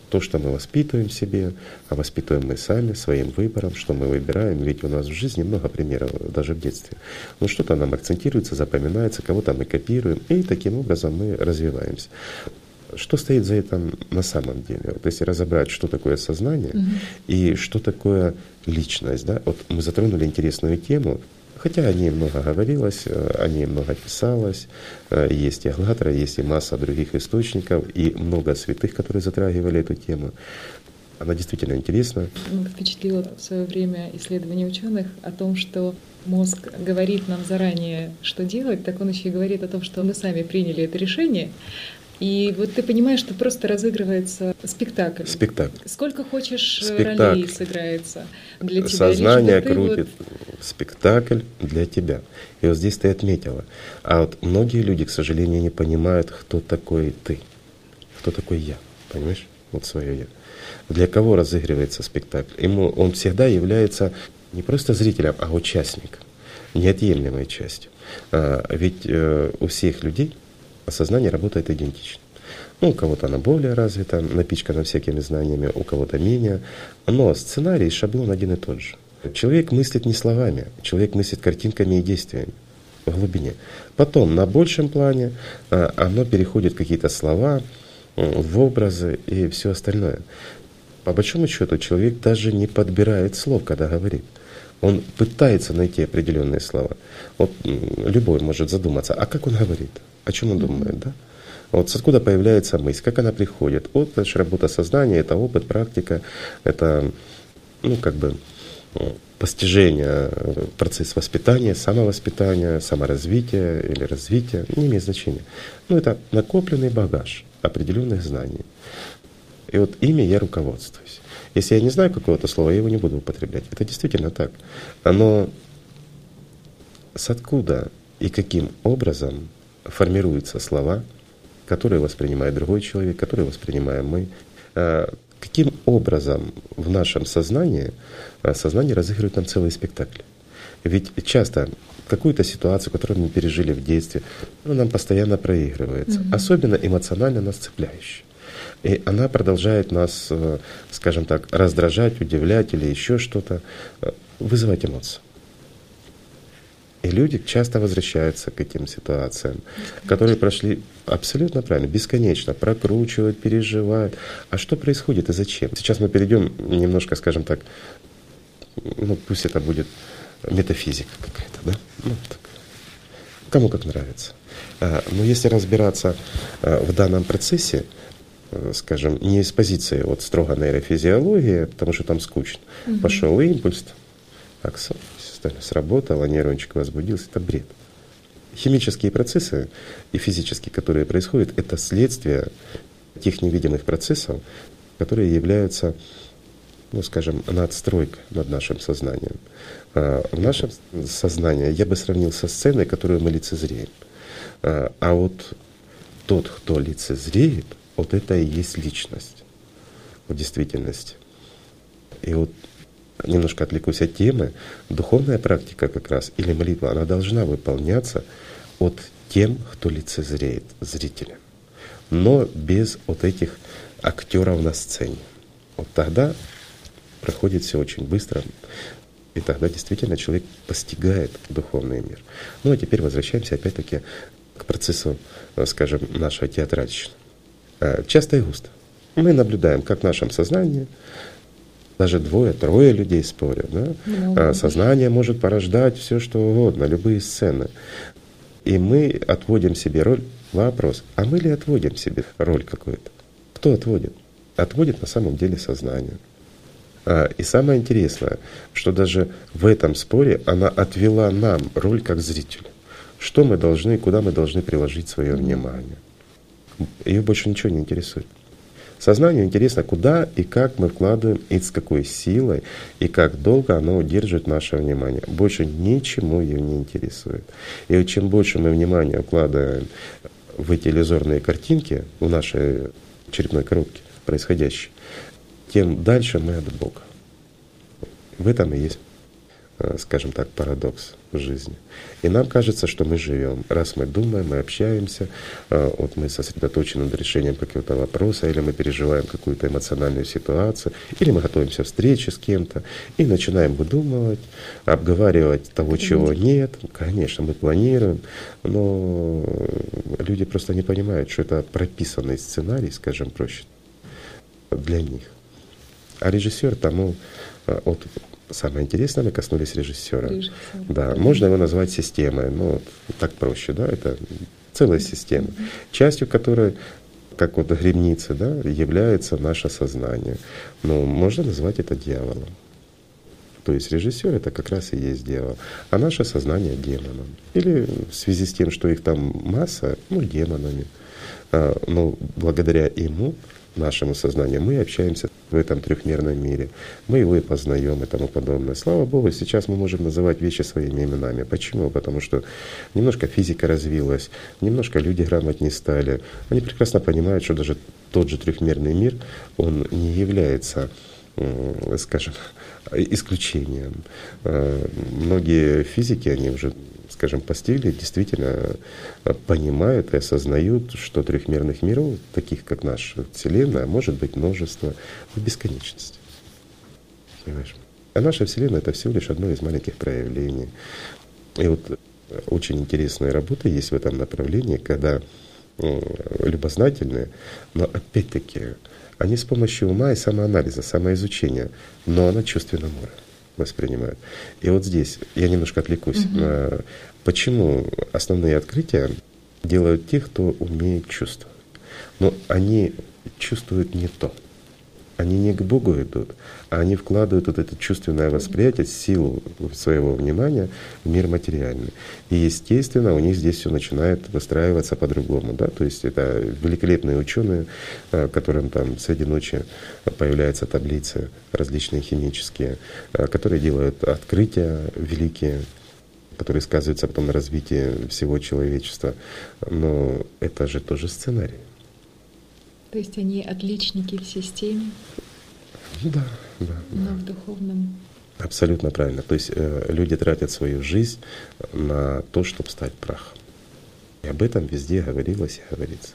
то, что мы воспитываем в себе, а воспитываем мы сами своим выбором, что мы выбираем. Ведь у нас в жизни много примеров, даже в детстве. Ну что-то нам акцентируется, запоминается, кого-то мы копируем, и таким образом мы развиваемся. Что стоит за этим на самом деле? Вот если разобрать, что такое сознание и что такое личность, да? Вот мы затронули интересную тему. Хотя о ней много говорилось, о ней много писалось, есть и Аллатра, есть и масса других источников, и много святых, которые затрагивали эту тему. Она действительно интересна. Впечатлило в свое время исследование ученых о том, что мозг говорит нам заранее, что делать, так он еще и говорит о том, что мы сами приняли это решение. И вот ты понимаешь, что просто разыгрывается спектакль. Спектакль. Сколько хочешь спектакль. Ролей сыграется для тебя. Сознание крутит спектакль для тебя. И вот здесь ты отметила. А вот многие люди, к сожалению, не понимают, кто такой ты, кто такой я. Понимаешь? Вот свое я. Для кого разыгрывается спектакль? Он всегда является не просто зрителем, а участником, неотъемлемой частью. Ведь у всех людей сознание работает идентично. Ну, у кого-то оно более развито, напичкано всякими знаниями, у кого-то менее. Но сценарий, шаблон один и тот же. Человек мыслит не словами, человек мыслит картинками и действиями в глубине. Потом на большем плане оно переходит в какие-то слова, в образы и все остальное. По большому счету человек даже не подбирает слов, когда говорит. Он пытается найти определенные слова. Вот любой может задуматься, а как он говорит? О чем он думает, да? Вот откуда появляется мысль, как она приходит? Вот это же работа сознания, это опыт, практика, это постижение, процесс воспитания, самовоспитания, саморазвития или развития, не имеет значения. Это накопленный багаж определенных знаний. И вот ими я руководствуюсь. Если я не знаю какого-то слова, я его не буду употреблять. Это действительно так. Но откуда и каким образом формируются слова, которые воспринимает другой человек, которые воспринимаем мы? Каким образом в нашем сознание разыгрывает нам целый спектакль? Ведь часто какую-то ситуацию, которую мы пережили в детстве, нам постоянно проигрывается, особенно эмоционально нас цепляющая. И она продолжает нас, скажем так, раздражать, удивлять или еще что-то, вызывать эмоции. И люди часто возвращаются к этим ситуациям, которые прошли абсолютно правильно, бесконечно, прокручивают, переживают. А что происходит и зачем? Сейчас мы перейдем немножко, скажем так, пусть это будет метафизика какая-то, да? Так. Кому как нравится. Но если разбираться в данном процессе, скажем, не из позиции строго нейрофизиологии, потому что там скучно. Пошел импульс, сработало, нейрончик возбудился, это бред. Химические процессы и физические, которые происходят, это следствие тех невидимых процессов, которые являются, скажем, надстройкой над нашим сознанием. В нашем сознании я бы сравнил со сценой, которую мы лицезреем. А вот тот, кто лицезреет, вот это и есть личность в действительности. И немножко отвлекусь от темы. Духовная практика как раз, или молитва, она должна выполняться от тем, кто лицезреет, зрителя. Но без этих актеров на сцене. Тогда проходит все очень быстро. И тогда действительно человек постигает духовный мир. А теперь возвращаемся опять-таки к процессу, скажем, нашего театральщины. Часто и густо. Мы наблюдаем, как в нашем сознании даже 2-3 людей спорят. Да? Сознание может порождать все, что угодно, любые сцены. И мы отводим себе роль. Вопрос, а мы ли отводим себе роль какую-то? Кто отводит? Отводит на самом деле сознание. И самое интересное, что даже в этом споре она отвела нам роль как зрителю. Что мы должны, куда мы должны приложить свое внимание. Ее больше ничего не интересует. Сознанию интересно, куда и как мы вкладываем, и с какой силой, и как долго оно удерживает наше внимание. Больше ничему ее не интересует. И чем больше мы внимания вкладываем в эти иллюзорные картинки, в нашей черепной коробке происходящие, тем дальше мы от Бога. В этом и есть скажем так, парадокс в жизни. И нам кажется, что мы живем. Раз мы думаем, мы общаемся, вот мы сосредоточены над решением какого-то вопроса, или мы переживаем какую-то эмоциональную ситуацию, или мы готовимся к встрече с кем-то и начинаем выдумывать, обговаривать того, чего нет. Конечно, мы планируем, но люди просто не понимают, что это прописанный сценарий, скажем проще, для них. А режиссер тому, вот самое интересное, мы коснулись режиссера. Да, можно его назвать системой, ну так проще, да, это целая система, частью которой, как вот грибницы, да, является наше сознание. Но можно назвать это дьяволом. То есть режиссер это как раз и есть дьявол, а наше сознание демоном. Или в связи с тем, что их там масса, ну демонами. Но благодаря ему, нашему сознанию, мы общаемся в этом трехмерном мире, мы его и познаем и тому подобное. Слава Богу, сейчас мы можем называть вещи своими именами. Почему? Потому что немножко физика развилась, немножко люди грамотнее стали. Они прекрасно понимают, что даже тот же трехмерный мир, он не является, скажем, исключением. Многие физики, они уже, скажем, постигли, действительно понимают и осознают, что трехмерных миров, таких как наша Вселенная, может быть множество в бесконечности. Понимаешь? А наша Вселенная — это всего лишь одно из маленьких проявлений. И вот очень интересные работы есть в этом направлении, когда любознательные, но опять-таки они с помощью ума и самоанализа, самоизучения, но на чувственном уровне воспринимают. И вот здесь я немножко отвлекусь. Почему основные открытия делают те, кто умеет чувствовать? Но они чувствуют не то. Они не к Богу идут, а они вкладывают вот это чувственное восприятие, силу своего внимания в мир материальный. И естественно, у них здесь все начинает выстраиваться по-другому. Да? То есть это великолепные ученые, которым там среди ночи появляются таблицы различные химические, которые делают открытия великие, которые сказываются потом на развитии всего человечества. Но это же тоже сценарий. То есть они отличники в системе, да. но в духовном. Абсолютно правильно. То есть люди тратят свою жизнь на то, чтобы стать прахом. И об этом везде говорилось и говорится.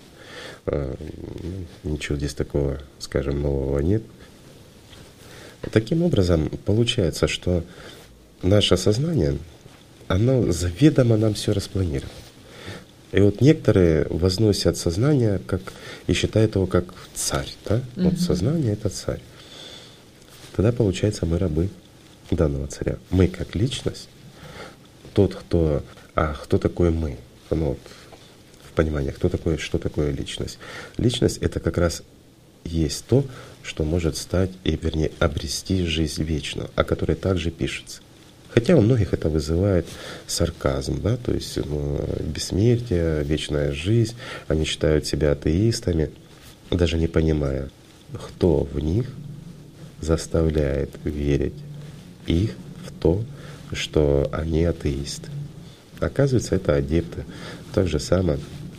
Ничего здесь такого, скажем, нового нет. Таким образом, получается, что наше сознание, оно заведомо нам все распланировало. И вот некоторые возносят сознание как и считают его как царь, да? Вот сознание — это царь. Тогда получается, мы рабы данного царя. Мы как личность, тот, кто, кто такой мы? Ну, вот, в понимании, кто такой, что такое личность? Личность — это как раз есть то, что может стать и, вернее, обрести жизнь вечную, о которой также пишется. Хотя у многих это вызывает сарказм, да, то есть бессмертие, вечная жизнь, они считают себя атеистами, даже не понимая, кто в них заставляет верить их в то, что они атеисты. Оказывается, это адепты той же самой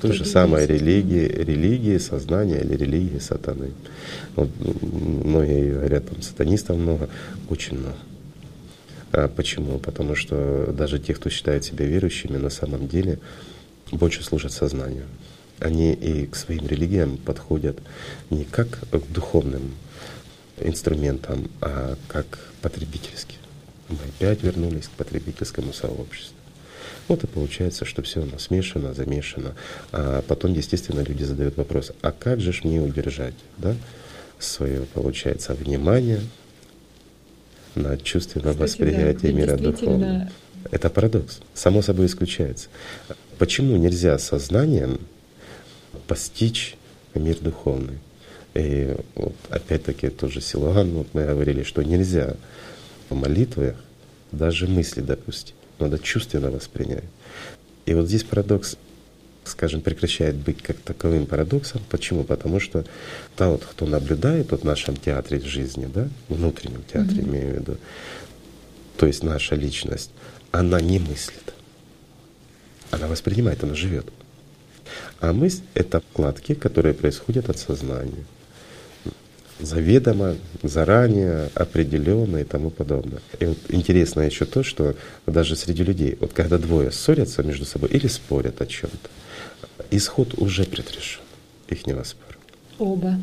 религии сознания или религии сатаны. Вот, многие говорят, там сатанистов много, очень много. Почему? Потому что даже те, кто считает себя верующими, на самом деле больше служат сознанию. Они и к своим религиям подходят не как к духовным инструментам, а как потребительски. Мы опять вернулись к потребительскому сообществу. Вот и получается, что все оно смешано, замешано. А потом, естественно, люди задают вопрос: а как же ж мне удержать, да, свое, получается, внимание на чувственном восприятии мира духовного? Это парадокс, само собой исключается. Почему нельзя сознанием постичь мир духовный? И вот опять-таки тот же Силуан, вот мы говорили, что нельзя в молитвах даже мысли допустить, надо чувственно воспринять. И вот здесь парадокс, скажем, прекращает быть как таковым парадоксом. Почему? Потому что тот, кто наблюдает в нашем театре жизни, да, внутреннем театре, имею в виду, то есть наша личность, она не мыслит, она воспринимает, она живет. А мысль — это вкладки, которые происходят от сознания. заведомо, заранее, определенно и тому подобное. И вот интересно еще то, что даже среди людей, вот когда двое ссорятся между собой или спорят о чем-то, исход уже предрешен ихнего спора. Оба.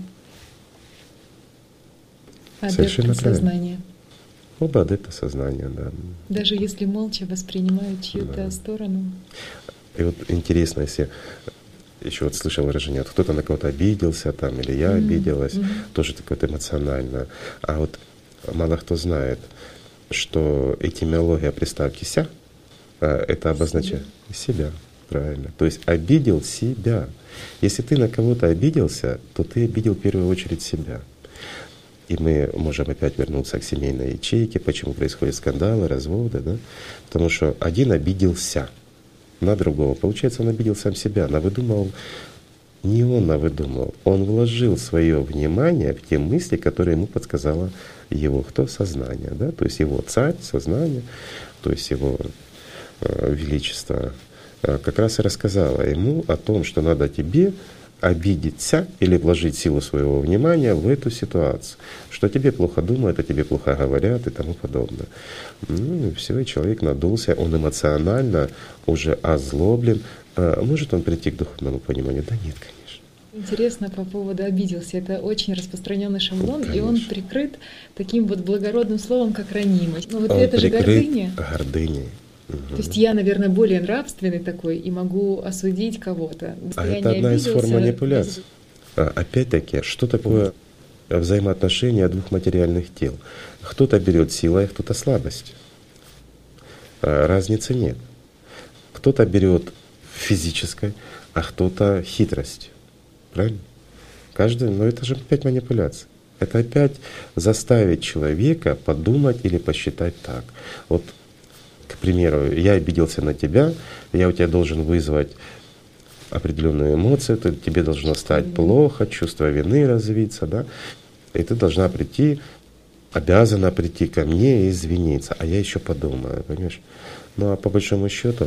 Совершенно Адепты правильно. сознания. Оба адепта сознания, да. Даже если молча воспринимают чью-то сторону. И вот интересно, если еще вот слышал выражение, вот кто-то на кого-то обиделся там, или я обиделась, тоже такое вот эмоционально. А вот мало кто знает, что этимология приставки «ся» это обозначает себя, правильно. То есть обидел себя. Если ты на кого-то обиделся, то ты обидел в первую очередь себя. И мы можем опять вернуться к семейной ячейке, почему происходят скандалы, разводы, да? Потому что один обиделся на другого. Получается, он обидел сам себя, навыдумал. Не он навыдумал, он вложил свое внимание в те мысли, которые ему подсказало его кто? Сознание, да? То есть его царь, сознание, то есть его величество как раз и рассказало ему о том, что надо тебе обидеться или вложить силу своего внимания в эту ситуацию, что тебе плохо думают, о тебе плохо говорят и тому подобное. Ну и все, и человек надулся, он эмоционально уже озлоблен. Может он прийти к духовному пониманию? Да нет, конечно. Интересно по поводу «обиделся». Это очень распространенный шаблон, Ну, и он конечно. прикрыт таким вот благородным словом, как ранимость. Ну вот Он это же прикрыт гордыня. гордыней. То есть я, наверное, более нравственный такой и могу осудить кого-то. А это одна из форм манипуляции. Опять-таки, что такое взаимоотношения двух материальных тел? Кто-то берет силой, а кто-то слабостью. Разницы нет. Кто-то берет физической, а кто-то хитростью. Правильно? Каждый, но это же опять манипуляция. Это опять заставить человека подумать или посчитать так. Вот, к примеру, я обиделся на тебя, я у тебя должен вызвать определенную эмоцию, тебе должно стать плохо, чувство вины развиться, да, и ты должна прийти, обязана прийти ко мне и извиниться, а я еще подумаю, понимаешь? Ну а по большому счету,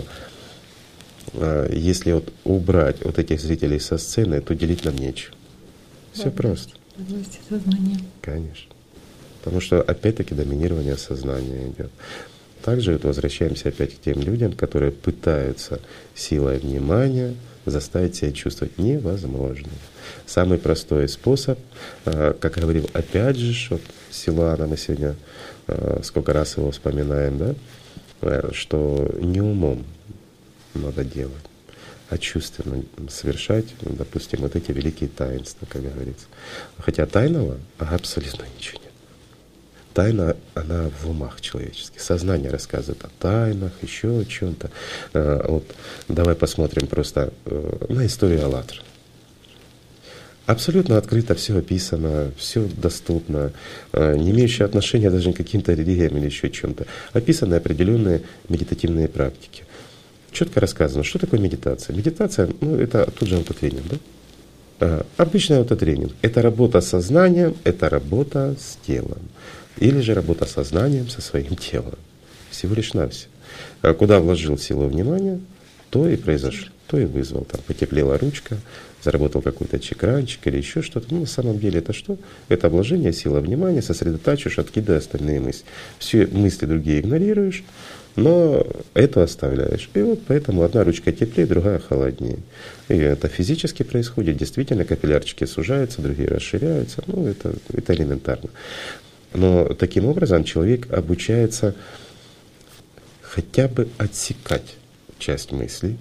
если вот убрать вот этих зрителей со сцены, то делить нам нечего. Все просто. Власти сознания. Конечно. Потому что опять-таки доминирование сознания идет. Также вот возвращаемся опять к тем людям, которые пытаются силой внимания заставить себя чувствовать невозможно. Самый простой способ, как говорил опять же вот Силуана, мы сегодня сколько раз его вспоминаем, да, что не умом надо делать, а чувственно совершать, допустим, вот эти великие таинства, как говорится. Хотя тайного абсолютно ничего нет. Тайна, она в умах человеческих. Сознание рассказывает о тайнах, еще о чем-то. Вот давай посмотрим просто на историю «АЛЛАТРА». Абсолютно открыто все описано, все доступно, не имеющее отношения даже к каким-то религиям или еще чем-то. Описаны определенные медитативные практики. Четко рассказано, что такое медитация. Медитация, ну это тот же аутотренинг, да? Обычный аутотренинг — это работа с сознанием, это работа с телом. Или же работа сознанием со своим телом. Всего лишь навсего. Куда вложил силу внимания, то и произошло, то и вызвал. Там потеплела ручка, заработал какой-то чекранчик или еще что-то. Ну, на самом деле это что? Это вложение силы внимания, сосредотачиваешь, откидывая остальные мысли. Все мысли другие игнорируешь, но это оставляешь. И вот поэтому одна ручка теплее, другая холоднее. И это физически происходит. Действительно, капиллярчики сужаются, другие расширяются. Ну, это элементарно. Но таким образом человек обучается хотя бы отсекать часть мыслей,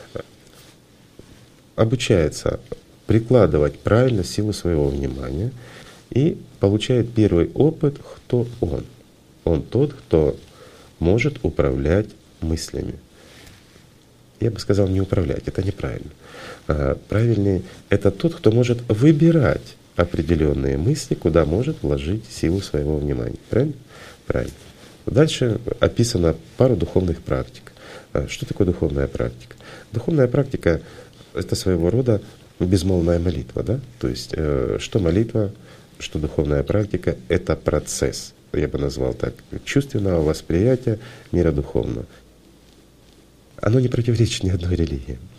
обучается прикладывать правильно силу своего внимания и получает первый опыт, кто он. Он тот, кто может управлять мыслями. Я бы сказал, не управлять, это неправильно. Правильнее — это тот, кто может выбирать определенные мысли, куда может вложить силу своего внимания. Правильно? Правильно. Дальше описано пару духовных практик. Что такое духовная практика? Духовная практика — это своего рода безмолвная молитва. Да? То есть, что молитва, что духовная практика — это процесс, я бы назвал так, чувственного восприятия мира духовного. Оно не противоречит ни одной религии.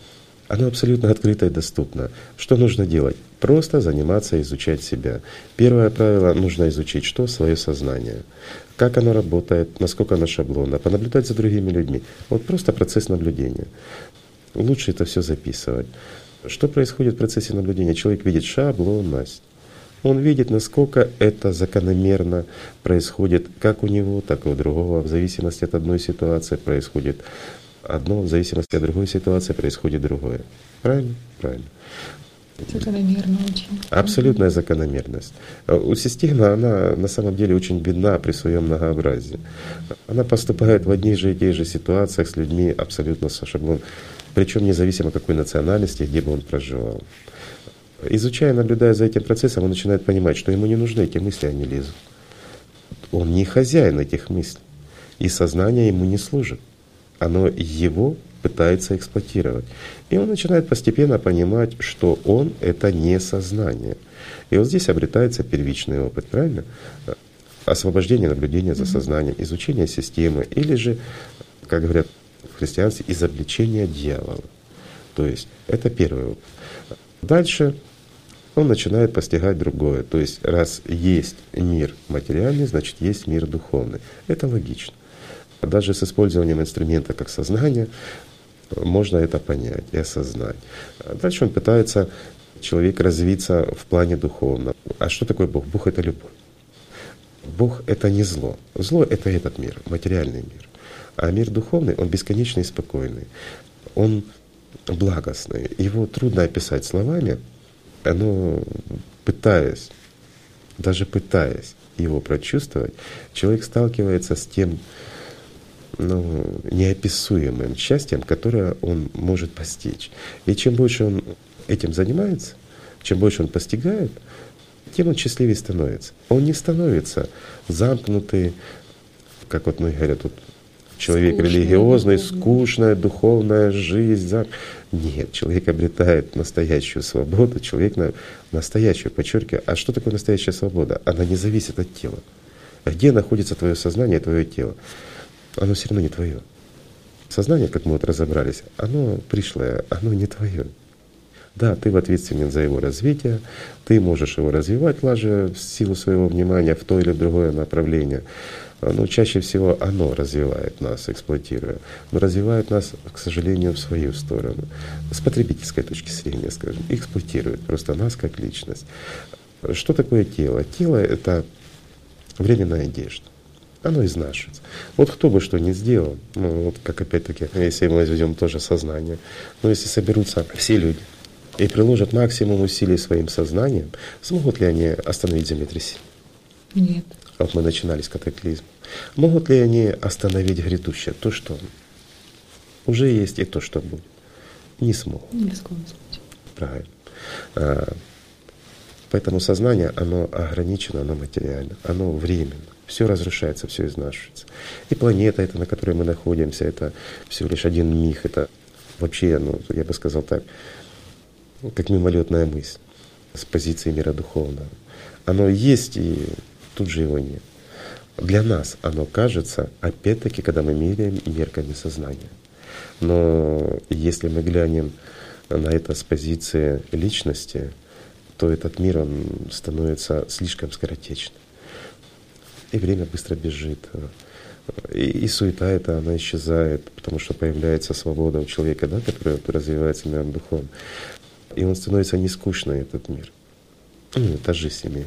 Оно абсолютно открыто и доступно. Что нужно делать? Просто заниматься, изучать себя. Первое правило — нужно изучить что? Свое сознание. Как оно работает, насколько оно шаблонно, понаблюдать за другими людьми. Вот просто процесс наблюдения. Лучше это все записывать. Что происходит в процессе наблюдения? Человек видит шаблонность. Он видит, насколько это закономерно происходит как у него, так и у другого. В зависимости от одной ситуации происходит одно, в зависимости от другой ситуации происходит другое. Правильно? Правильно. Закономерно очень. Абсолютная закономерность. У системы, она на самом деле очень бедна при своем многообразии. Она поступает в одних же и тех же ситуациях с людьми абсолютно со шаблоном, причем независимо какой национальности, где бы он проживал. Изучая, наблюдая за этим процессом, он начинает понимать, что ему не нужны эти мысли, они лезут. Он не хозяин этих мыслей, и сознание ему не служит. Оно его пытается эксплуатировать. И он начинает постепенно понимать, что он — это не сознание. И вот здесь обретается первичный опыт, правильно? Освобождение наблюдения за сознанием, изучение системы, или же, как говорят в христианстве, изобличение дьявола. То есть это первый опыт. Дальше он начинает постигать другое. То есть раз есть мир материальный, значит есть мир духовный. Это логично. Даже с использованием инструмента как сознание можно это понять и осознать. Дальше он пытается, человек, развиться в плане духовном. А что такое Бог? Бог — это любовь. Бог — это не зло. Зло — это этот мир, материальный мир. А мир духовный, он бесконечный и спокойный. Он благостный. Его трудно описать словами. Оно, даже пытаясь его прочувствовать, человек сталкивается с тем неописуемым счастьем, которое он может постичь. И чем больше он этим занимается, чем больше он постигает, тем он счастливее становится. Он не становится замкнутый, как вот многие говорят, вот, человек религиозный, скучная духовная жизнь. Нет, человек обретает настоящую свободу, человек настоящую, подчеркиваю. А что такое настоящая свобода? Она не зависит от тела. Где находится твое сознание, твое тело? Оно все равно не твое. Сознание, как мы вот разобрались, оно пришлое, оно не твое. Да, ты ответственен за его развитие, ты можешь его развивать, вложив в силу своего внимания в то или другое направление. Но чаще всего оно развивает нас, эксплуатируя. Но развивает нас, к сожалению, в свою сторону. С потребительской точки зрения, скажем, эксплуатирует просто нас как личность. Что такое тело? Тело — это временная одежда. Оно изнашивается. Вот кто бы что ни сделал, вот как опять-таки, если мы возьмем тоже сознание, но если соберутся все люди и приложат максимум усилий своим сознанием, смогут ли они остановить землетрясение? Нет. Вот мы начинали с катаклизма. Могут ли они остановить грядущее? То, что уже есть, и то, что будет? Не смогут. Ни в коем случае. Правильно. Поэтому сознание, оно ограничено, оно материально, оно временно. Все разрушается, все изнашивается. И планета эта, на которой мы находимся, это всего лишь один миг. Это вообще, я бы сказал так, как мимолетная мысль с позиции мира духовного. Оно есть, и тут же его нет. Для нас оно кажется, опять-таки, когда мы меряем мерками сознания. Но если мы глянем на это с позиции личности, то этот мир, он становится слишком скоротечным. И время быстро бежит. И суета эта, она исчезает, потому что появляется свобода у человека, да, который развивается миром духовным. И он становится не скучный, этот мир. Это жизнь имеет.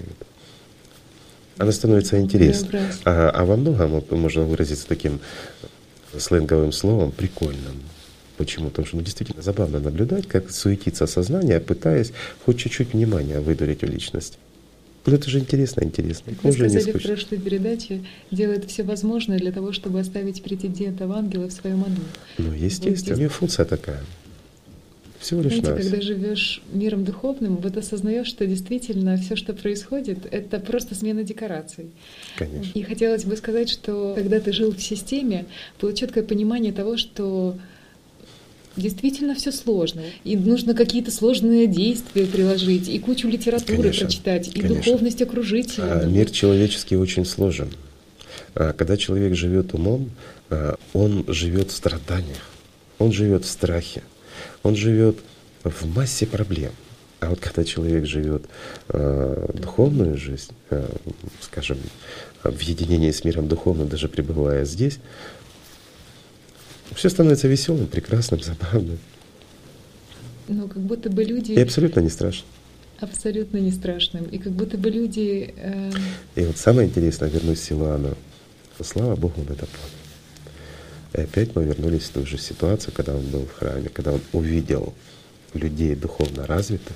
Она становится интересной. А во многом можно выразиться таким сленговым словом прикольным. Почему? Потому что действительно забавно наблюдать, как суетится сознание, пытаясь хоть чуть-чуть внимания выдурить у личности. Ну это же интересно. Вы сказали в прошлой передаче, делает все возможное для того, чтобы оставить претендента в ангела в своем аду. Ну естественно, у нее функция такая. Всего лишь знаете, когда живешь миром духовным, вот осознаешь, что действительно все, что происходит, это просто смена декораций. Конечно. И хотелось бы сказать, что когда ты жил в системе, было четкое понимание того, что действительно все сложно. И нужно какие-то сложные действия приложить, и кучу литературы прочитать, и духовность окружить. Мир человеческий очень сложен. Когда человек живет умом, он живет в страданиях, он живет в страхе. он живет в массе проблем. А вот когда человек живет духовную жизнь, скажем, в единении с миром духовным, даже пребывая здесь, все становится веселым, прекрасным, забавным. Ну, как будто бы люди... И абсолютно не страшно. Абсолютно не страшным. И как будто бы люди... И вот самое интересное, вернусь к Силуану. Слава Богу, он это понял. И опять мы вернулись в ту же ситуацию, когда он был в храме, когда он увидел людей духовно развитых,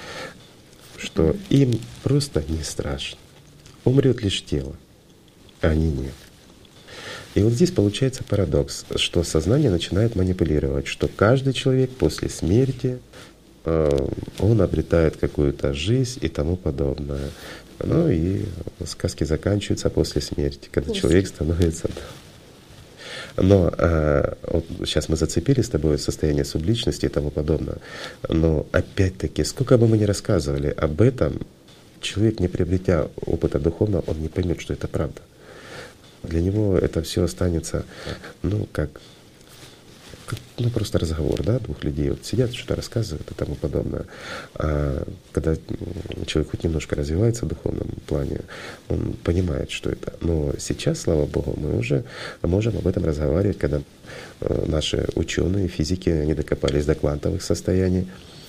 что им просто не страшно. Умрет лишь тело, а они нет. И вот здесь получается парадокс, что сознание начинает манипулировать, что каждый человек после смерти он обретает какую-то жизнь и тому подобное. Ну и сказки заканчиваются после смерти, когда человек становится... Но вот сейчас мы зацепили с тобой состояние субличности и тому подобное. Но опять-таки, сколько бы мы ни рассказывали об этом, человек, не приобретя опыта духовного, он не поймет, что это правда. Для него это все останется, ну, как ну, просто разговор, да, двух людей. Вот сидят, что-то рассказывают и тому подобное. А когда человек хоть немножко развивается в духовном плане, он понимает, что это. Но сейчас, слава Богу, мы уже можем об этом разговаривать, когда наши ученые, физики, они докопались до квантовых состояний.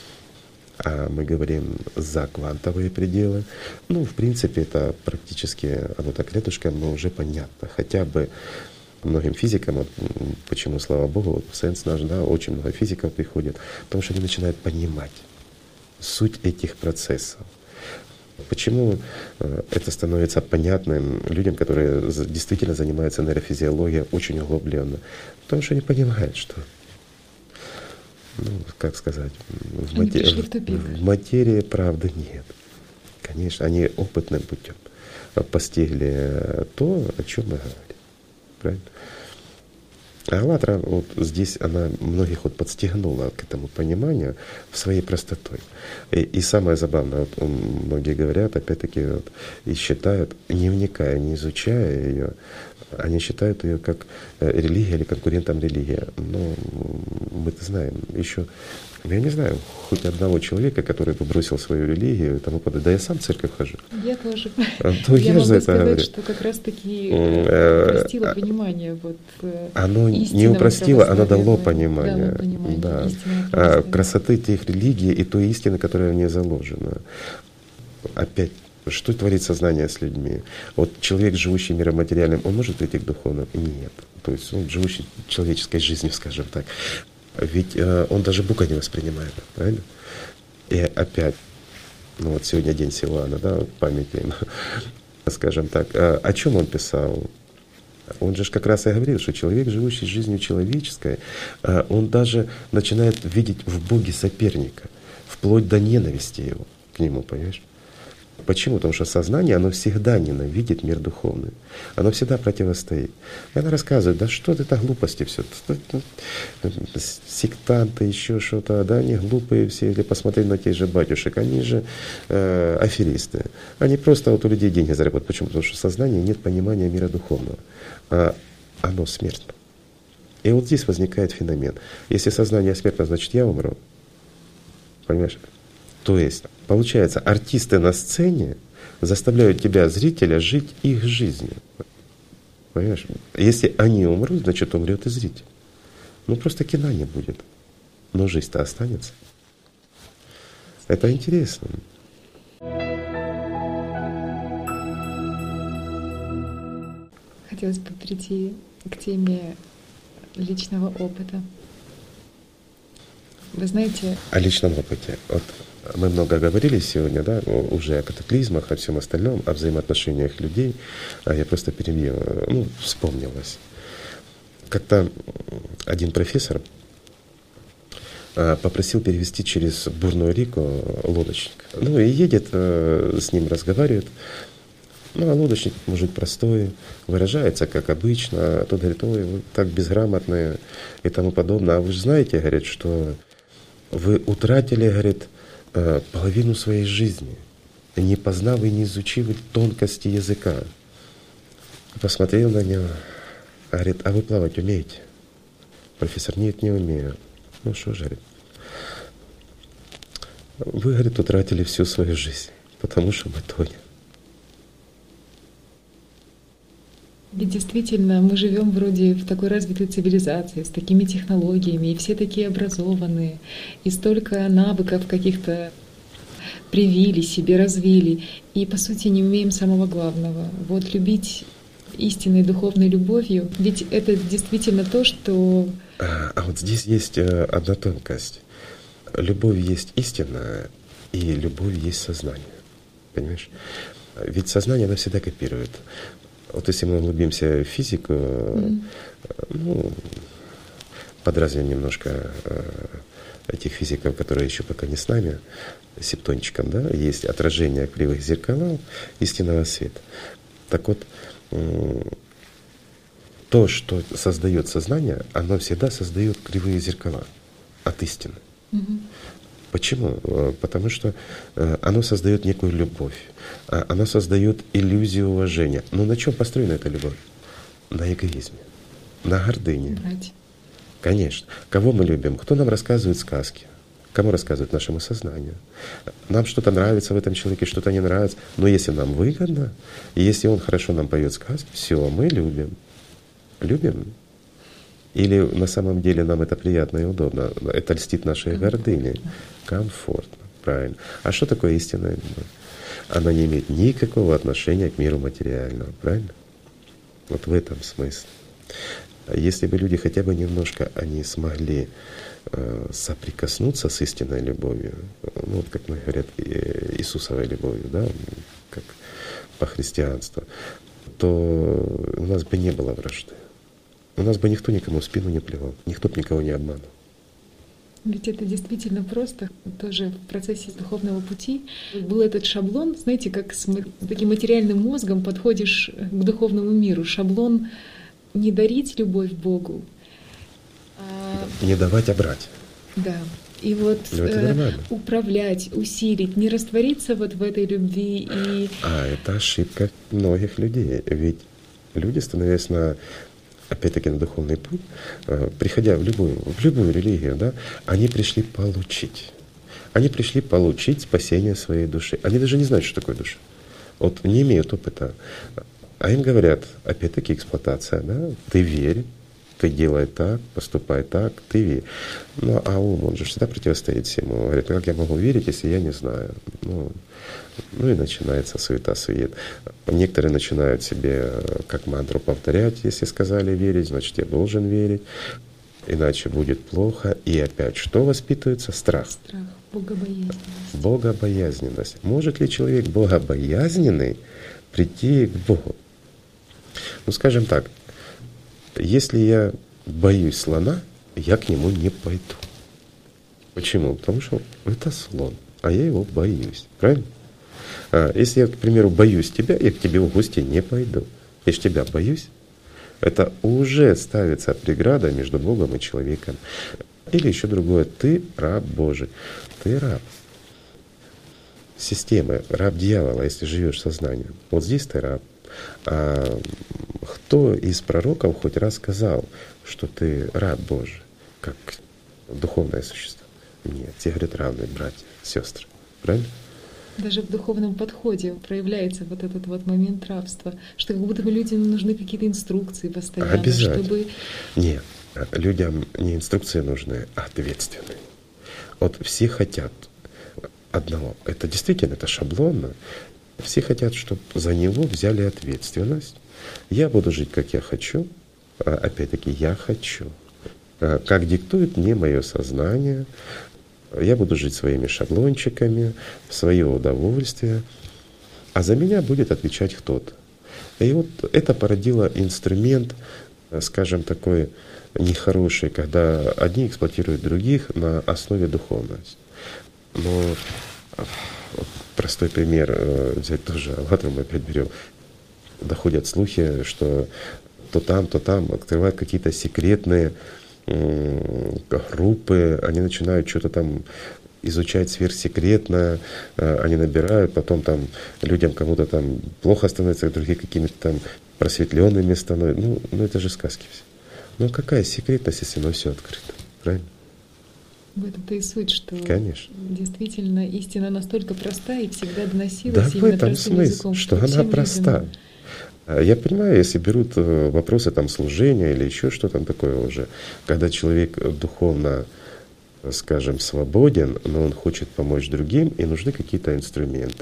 А мы говорим за квантовые пределы. Ну, в принципе, это практически, оно так рядышком, но уже понятно. Хотя бы многим физикам, вот почему, слава Богу, вот в Сенс наш, да, очень много физиков приходит, потому что они начинают понимать суть этих процессов. Почему это становится понятным людям, которые действительно занимаются нейрофизиологией очень углубленно? Потому что они понимают, что, ну, как сказать, в материи правды нет. Конечно, они опытным путем постигли то, о чем мы говорим. Правильно? А Аллатра вот здесь она многих вот подстегнула к этому пониманию в своей простотой. И самое забавное, вот многие говорят, опять-таки, вот, и считают, не вникая, не изучая ее, они считают ее как религия или конкурентом религии. Но мы-то знаем еще, я не знаю, хоть одного человека, который бы бросил свою религию и тому подобное. Да я сам в церковь хожу. Я тоже. То я могу сказать, говорю. что как раз-таки упростило понимание. Вот, оно не упростило, оно дало понимание. Дало понимание да. Красоты тех религий и той истины, которая в ней заложена. Опять, что творит сознание с людьми? Вот человек, живущий миром материальным, он может прийти к духовному? Нет. То есть он живущий человеческой жизнью, скажем так. Ведь он даже Бога не воспринимает, правильно? И опять, ну вот сегодня день Силуана, да, памяти, скажем так, о чем он писал? Он же как раз и говорил, что человек, живущий жизнью человеческой, он даже начинает видеть в Боге соперника, вплоть до ненависти его к нему, понимаешь? Почему? Потому что сознание, оно всегда ненавидит мир духовный. Оно всегда противостоит. И она рассказывает, да что это глупости все. Сектанты, еще что-то, да, они глупые все. Или посмотреть на тех же батюшек, они же аферисты. Они просто вот у людей деньги заработают. Почему? Потому что в сознании нет понимания мира духовного. А оно смертно. И вот здесь возникает феномен. Если сознание смертно, значит я умру. Понимаешь? То есть, получается, артисты на сцене заставляют тебя, зрителя, жить их жизнью. Понимаешь? Если они умрут, значит умрет и зритель. Ну просто кино не будет. Но жизнь-то останется. Это интересно. Хотелось бы перейти к теме личного опыта. Вы знаете... О личном опыте. Вот мы много говорили сегодня, да, уже о катаклизмах, о всем остальном, о взаимоотношениях людей. А я просто перебью, ну, вспомнилось. Как-то один профессор попросил перевести через бурную реку лодочник. Ну и едет, с ним разговаривает. Ну, а лодочник мужик простой, выражается как обычно, а тот говорит, ой, вы так безграмотные и тому подобное. А вы же знаете, говорит, что вы утратили, говорит, половину своей жизни, не познав и не изучив тонкости языка. Посмотрел на него, говорит, а вы плавать умеете? Профессор, нет, не умею. Ну что же, говорит, Вы, говорит, утратили всю свою жизнь, потому что мы тонем. Ведь действительно мы живем вроде в такой развитой цивилизации, с такими технологиями, и все такие образованные, и столько навыков каких-то привили себе, развили, и по сути не умеем самого главного. Вот любить истинной духовной любовью, ведь это действительно то, что... А вот здесь есть одна тонкость. Любовь есть истинная, и любовь есть сознание. Понимаешь? Ведь сознание, оно всегда копирует. Вот если мы углубимся в физику, ну, подразним немножко этих физиков, которые еще пока не с нами, септончиком, да, есть отражение кривых зеркал истинного света. Так вот, то, что создает сознание, оно всегда создает кривые зеркала от истины. Почему? Потому что оно создает некую любовь, оно создает иллюзию уважения. Но на чем построена эта любовь? На эгоизме, на гордыне. Брать. Конечно. Кого мы любим? Кто нам рассказывает сказки? Кому рассказывает? Нашему сознанию. Нам что-то нравится в этом человеке, что-то не нравится. Но если нам выгодно, и если он хорошо нам поет сказки, все, мы любим. Любим. Или на самом деле нам это приятно и удобно. Это льстит нашей гордыне. Комфортно. Правильно. А что такое истинная любовь? Она не имеет никакого отношения к миру материального. Правильно? Вот в этом смысле. Если бы люди хотя бы немножко они смогли соприкоснуться с истинной любовью, ну вот как мы говорят, Иисусовой любовью, да, как по христианству, то у нас бы не было вражды. У нас бы никто никому в спину не плевал, никто бы никого не обманул. Ведь это действительно просто. Тоже в процессе духовного пути был этот шаблон, знаете, как с таким материальным мозгом подходишь к духовному миру. Шаблон не дарить любовь Богу, а... Не давать, а брать. Да. И вот управлять, усилить, не раствориться вот в этой любви. А это ошибка многих людей. Ведь люди, становясь опять-таки на духовный путь, приходя в любую религию, да, они пришли получить. Они пришли получить спасение своей души. Они даже не знают, что такое душа. Вот не имеют опыта. А им говорят, опять-таки эксплуатация, да, ты верь, ты делай так, поступай так, ты верь. Ну а ум, он же всегда противостоит всему. Он говорит, как я могу верить, если я не знаю? Ну и начинается суета-сует. Некоторые начинают себе как мантру повторять, если сказали верить, значит я должен верить, иначе будет плохо. И опять что воспитывается? Страх. Страх, богобоязненность. Богобоязненность. Может ли человек богобоязненный прийти к Богу? Ну скажем так, если я боюсь слона, я к нему не пойду. Почему? Потому что это слон, а я его боюсь. Правильно? Если я, к примеру, боюсь тебя, я к тебе в гости не пойду. Я же тебя боюсь. Это уже ставится преграда между Богом и человеком. Или еще другое. Ты раб Божий. Ты раб системы, раб дьявола, если живешь сознанием. Вот здесь ты раб. А кто из пророков хоть раз сказал, что ты раб Божий, как духовное существо? Нет, все говорят равные братья, сестры. Правильно? Даже в духовном подходе проявляется вот этот вот момент рабства, что как будто бы людям нужны какие-то инструкции постоянно. Обязательно. Чтобы... Нет, людям не инструкции нужны, а ответственные. Вот все хотят одного. Это действительно, это шаблонно. Все хотят, чтобы за него взяли ответственность. Я буду жить, как я хочу. Опять-таки, я хочу. Как диктует мне мое сознание. Я буду жить своими шаблончиками, в свое удовольствие. А за меня будет отвечать кто-то. И вот это породило инструмент, скажем, такой нехороший, когда одни эксплуатируют других на основе духовности. Но простой пример взять тоже, ладно, мы опять берем. Доходят слухи, что то там открывают какие-то секретные группы, они начинают что-то там изучать сверхсекретно, они набирают, потом там людям кому-то там плохо становится, другие какими-то там просветленными становятся. Ну это же сказки все. Ну какая секретность, если оно все открыто, правильно? В этом-то и суть, что Конечно. действительно истина настолько проста и всегда Да доносилась в именно этом простым смысл, языком, что что она всем проста. людям Я понимаю, если берут вопросы там служения или еще что-то такое уже, когда человек духовно, скажем, свободен, но он хочет помочь другим, и нужны какие-то инструменты.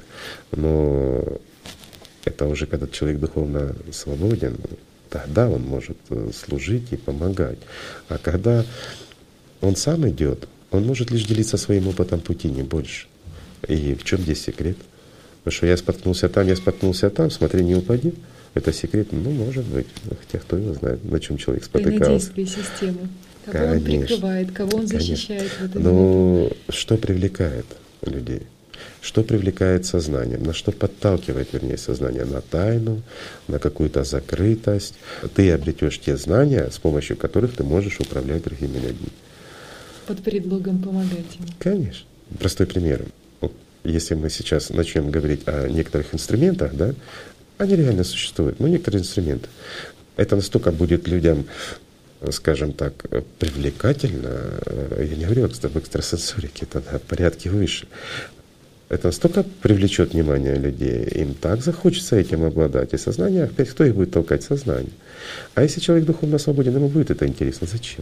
Но это уже когда человек духовно свободен, тогда он может служить и помогать. А когда он сам идет, он может лишь делиться своим опытом пути, не больше. И в чем здесь секрет? Потому что я споткнулся там, смотри, не упади. Это секрет, ну, может быть. Хотя кто его знает, на чем человек спотыкался. тайное действие системы. Кого он прикрывает, кого он защищает в эту минуту. Но что привлекает людей? Что привлекает сознание? На что подталкивает, вернее, сознание? На тайну, на какую-то закрытость. Ты обретешь те знания, с помощью которых ты можешь управлять другими людьми. Под предлогом помогать им. Конечно. Простой пример. Вот если мы сейчас начнем говорить о некоторых инструментах, да, они реально существуют. Но некоторые инструменты. Это настолько будет людям, скажем так, привлекательно. Я не говорю об экстрасенсорике, это на порядке выше. Это настолько привлечет внимание людей, им так захочется этим обладать. И сознание, опять, кто их будет толкать? Сознание. А если человек духовно свободен, ему будет это интересно. Зачем?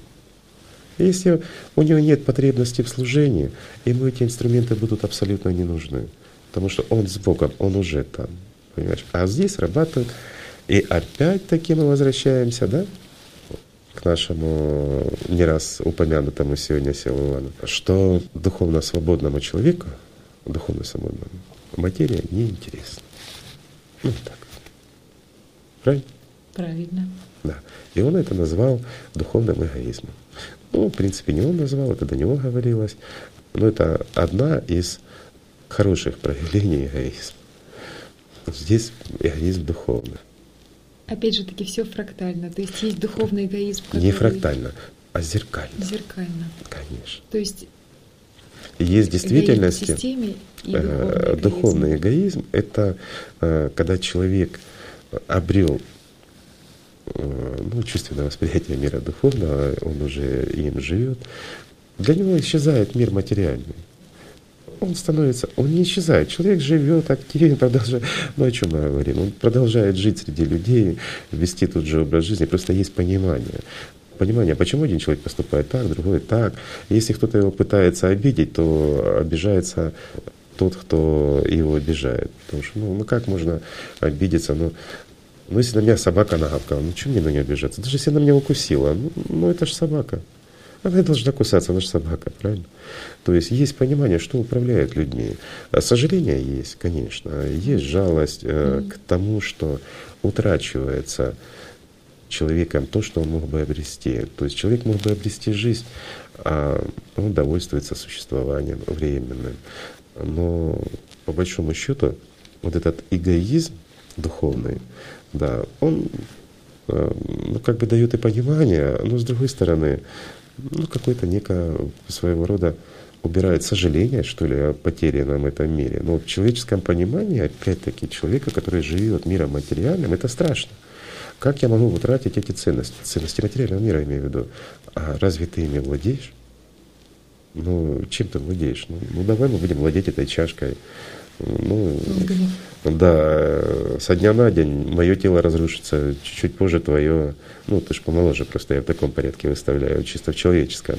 Если у него нет потребности в служении, ему эти инструменты будут абсолютно не нужны. Потому что он с Богом, он уже там. Понимаешь? А здесь срабатывает. И опять-таки мы возвращаемся, да, к нашему не раз упомянутому сегодня Силу Ивану, что духовно свободному человеку, духовно свободному, материя неинтересна. Ну так. Правильно? Правильно. Да. И он это назвал духовным эгоизмом. Ну, в принципе, не он назвал, это до него говорилось. Но это одна из хороших проявлений эгоизма. Здесь эгоизм духовный. Опять же таки все фрактально. То есть есть духовный эгоизм, который… Не фрактально, а зеркально. Зеркально. Конечно. То есть есть в действительности эгоизм в системе и духовный эгоизм. Это когда человек обрел чувственное восприятие мира духовного, он уже им живет. Для него исчезает мир материальный. Он не исчезает. Человек живет активен, продолжает. Ну о чем мы говорим? Он продолжает жить среди людей, вести тот же образ жизни. Просто есть понимание. Понимание, почему один человек поступает так, другой так. Если кто-то его пытается обидеть, то обижается тот, кто его обижает. Потому что, как можно обидеться? Если на меня собака нагавкала, чего мне на нее обижаться? Даже если она меня укусила, это же собака. Она и должна кусаться, она же собака, правильно? То есть есть понимание, что управляет людьми. Сожаление есть, конечно. Есть жалость к тому, что утрачивается человеком то, что он мог бы обрести. То есть человек мог бы обрести жизнь, а он довольствуется существованием временным. Но по большому счету вот этот эгоизм духовный, да, он дает и понимание, но с другой стороны, какое-то некое своего рода убирает сожаление, что ли, о потерянном этом мире. Но в человеческом понимании, опять-таки, человека, который живет миром материальным, это страшно. Как я могу утратить эти ценности? Ценности материального мира, я имею в виду. А разве ты ими владеешь? Чем ты владеешь? Давай мы будем владеть этой чашкой. Со дня на день мое тело разрушится, чуть-чуть позже твое. Ты же помоложе, просто я в таком порядке выставляю, чисто в человеческом.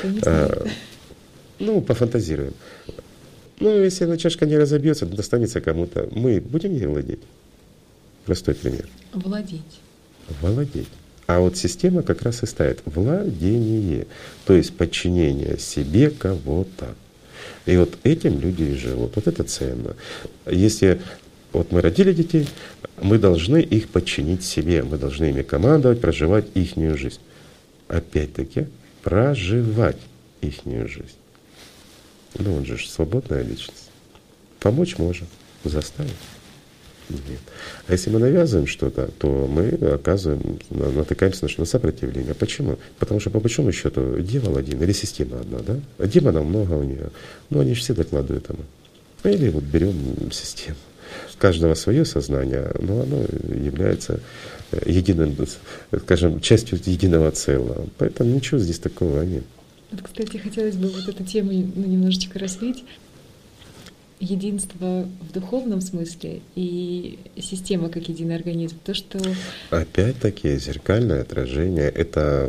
Пофантазируем. Если эта чашка не разобьется, то достанется кому-то. Мы будем ей владеть? Простой пример. Владеть. А вот система как раз и ставит владение, то есть подчинение себе кого-то. И вот этим люди и живут. Вот это ценно. Если мы родили детей, мы должны их подчинить себе, мы должны ими командовать, проживать ихнюю жизнь. Опять-таки, проживать ихнюю жизнь. Он же свободная личность. Помочь можем, заставить нет. А если мы навязываем что-то, то мы натыкаемся на сопротивление. Почему? Потому что по большому счету дьявол один или система одна, да? А демонов много у нее. Они же все докладывают ему. Или берем систему. У каждого свое сознание, но оно является единым, скажем, частью единого целого. Поэтому ничего здесь такого нет. Вот, кстати, хотелось бы вот эту тему немножечко развить. Единство в духовном смысле и система как единый организм. То, что... Опять-таки зеркальное отражение — это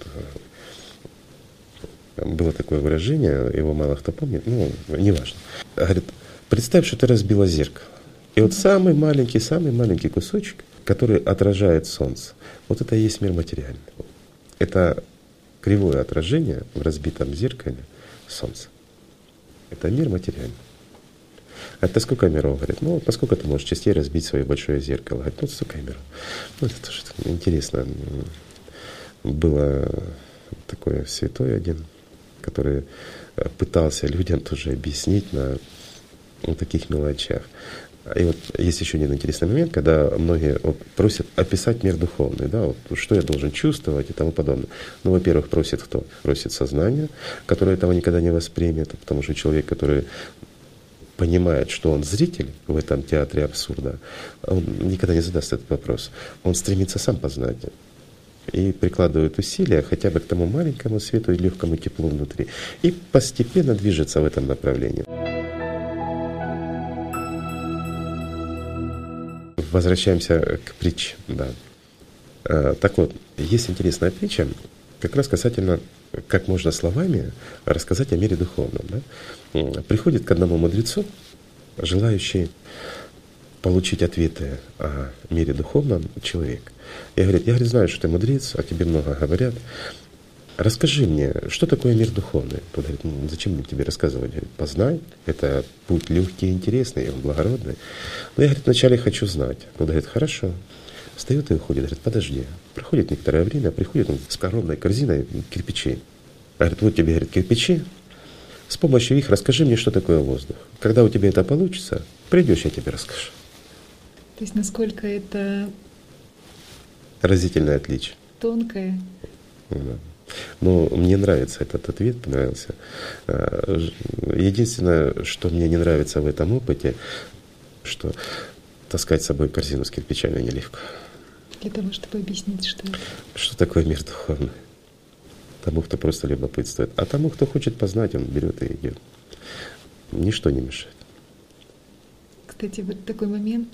было такое выражение, его мало кто помнит, неважно. Говорит, представь, что ты разбила зеркало. И вот самый маленький кусочек, который отражает солнце, вот это и есть мир материальный. Это кривое отражение в разбитом зеркале солнца. Это мир материальный. А это сколько миров? Говорит, поскольку ты можешь частей разбить свое большое зеркало? Говорит, столько миров. Это тоже интересно. Было такой святой один, который пытался людям тоже объяснить на таких мелочах. И вот есть еще один интересный момент, когда многие просят описать мир духовный, что я должен чувствовать и тому подобное. Во-первых, просит кто? Просит сознание, которое этого никогда не воспримет, потому что человек, который понимает, что он зритель в этом театре абсурда, он никогда не задаст этот вопрос. Он стремится сам познать и прикладывает усилия хотя бы к тому маленькому свету и легкому теплу внутри. И постепенно движется в этом направлении. Возвращаемся к притче. Так вот, есть интересная притча, как раз касательно, как можно словами рассказать о мире духовном. Приходит к одному мудрецу, желающий получить ответы о мире духовном человек. И говорит, я знаю, что ты мудрец, о тебе много говорят. Расскажи мне, что такое мир духовный? Тот говорит, зачем мне тебе рассказывать? Говорит, познай, это путь легкий и интересный, и он благородный. Но я, вначале хочу знать. Тот говорит, хорошо. Встает и уходит, говорит, подожди. Проходит некоторое время, приходит он с огромной корзиной кирпичей. Говорит, вот тебе, говорит, кирпичи, с помощью их расскажи мне, что такое воздух. Когда у тебя это получится, придешь, я тебе расскажу. То есть насколько это разительное отличие. Тонкое. Но мне нравится этот ответ, понравился. Единственное, что мне не нравится в этом опыте, что таскать с собой корзину с кирпичами нелегко. Для того, чтобы объяснить, что это. Что такое мир духовный? Тому, кто просто любопытствует. А тому, кто хочет познать, он берет и идет. Ничто не мешает. Кстати, вот такой момент,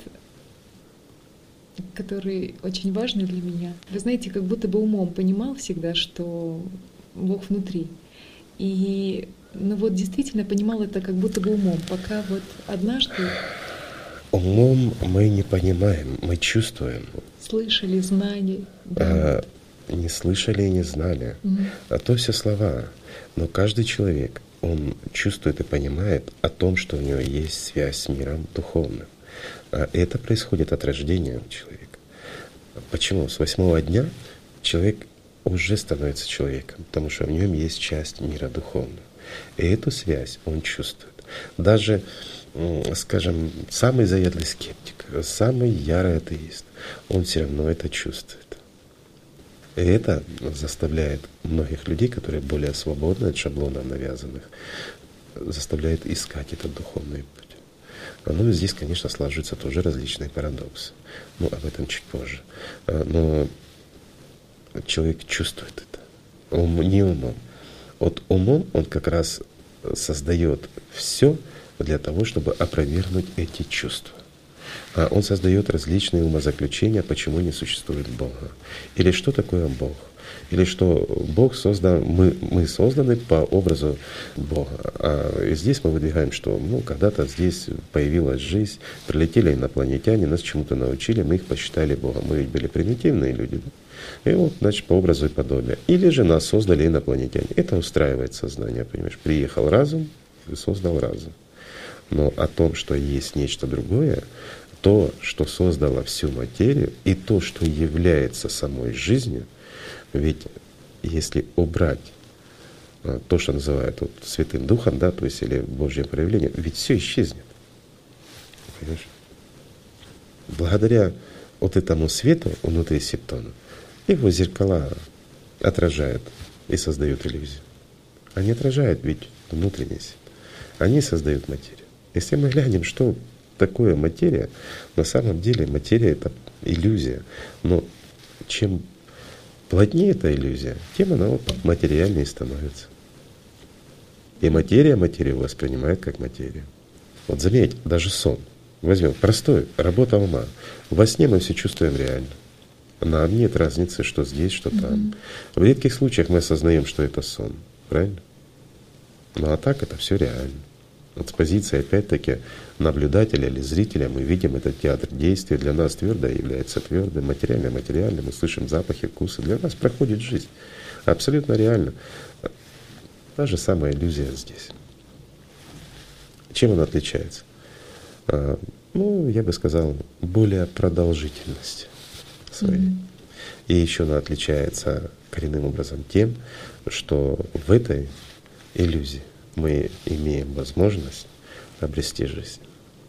который очень важный для меня. Вы знаете, как будто бы умом понимал всегда, что Бог внутри. И действительно понимал это как будто бы умом, пока вот однажды... Умом мы не понимаем, мы чувствуем. Слышали, знали. Не слышали и не знали. А то все слова. Но каждый человек, он чувствует и понимает о том, что у него есть связь с миром духовным. А это происходит от рождения у человека. Почему? С 8-го дня человек уже становится человеком, потому что в нем есть часть мира духовного. И эту связь он чувствует. Даже, скажем, самый заядлый скептик, самый ярый атеист, он все равно это чувствует. И это заставляет многих людей, которые более свободны от шаблонов навязанных, заставляет искать этот духовный путь. Здесь, конечно, сложатся тоже различные парадоксы. Об этом чуть позже. Но человек чувствует это. Не умом. Вот умом он как раз создает все для того, чтобы опровергнуть эти чувства. Он создает различные умозаключения, почему не существует Бога. Или что такое Бог. Или что Бог создан, мы созданы по образу Бога. И здесь мы выдвигаем, что когда-то здесь появилась жизнь, прилетели инопланетяне, нас чему-то научили, мы их посчитали Богом. Мы ведь были примитивные люди. И значит, по образу и подобию. Или же нас создали инопланетяне. Это устраивает сознание, понимаешь. Приехал разум и создал разум. Но о том, что есть нечто другое, то, что создало всю материю, и то, что является самой жизнью, ведь если убрать то, что называют Святым Духом, то есть или Божьим проявлением, ведь все исчезнет. Понимаешь? Благодаря этому свету внутри септона, его зеркала отражают и создают иллюзию. Они отражают ведь внутренний свет. Они создают материю. Если мы глянем, что такое материя, на самом деле материя — это иллюзия. Но чем плотнее эта иллюзия, тем она материальнее становится. И материя материю воспринимает как материю. Вот заметь, даже сон. Возьмем простой, работа ума. Во сне мы все чувствуем реально. Нам нет разницы, что здесь, что там. В редких случаях мы осознаем, что это сон. Правильно? Ну а так это все реально. Вот с позиции, опять-таки, наблюдателя или зрителя мы видим этот театр действия. Для нас твердое является твердым, материальное материальным. Мы слышим запахи, вкусы. Для нас проходит жизнь. Абсолютно реально. Та же самая иллюзия здесь. Чем она отличается? Ну, я бы сказал, более продолжительность своей. И еще она отличается коренным образом тем, что в этой иллюзии мы имеем возможность обрести жизнь.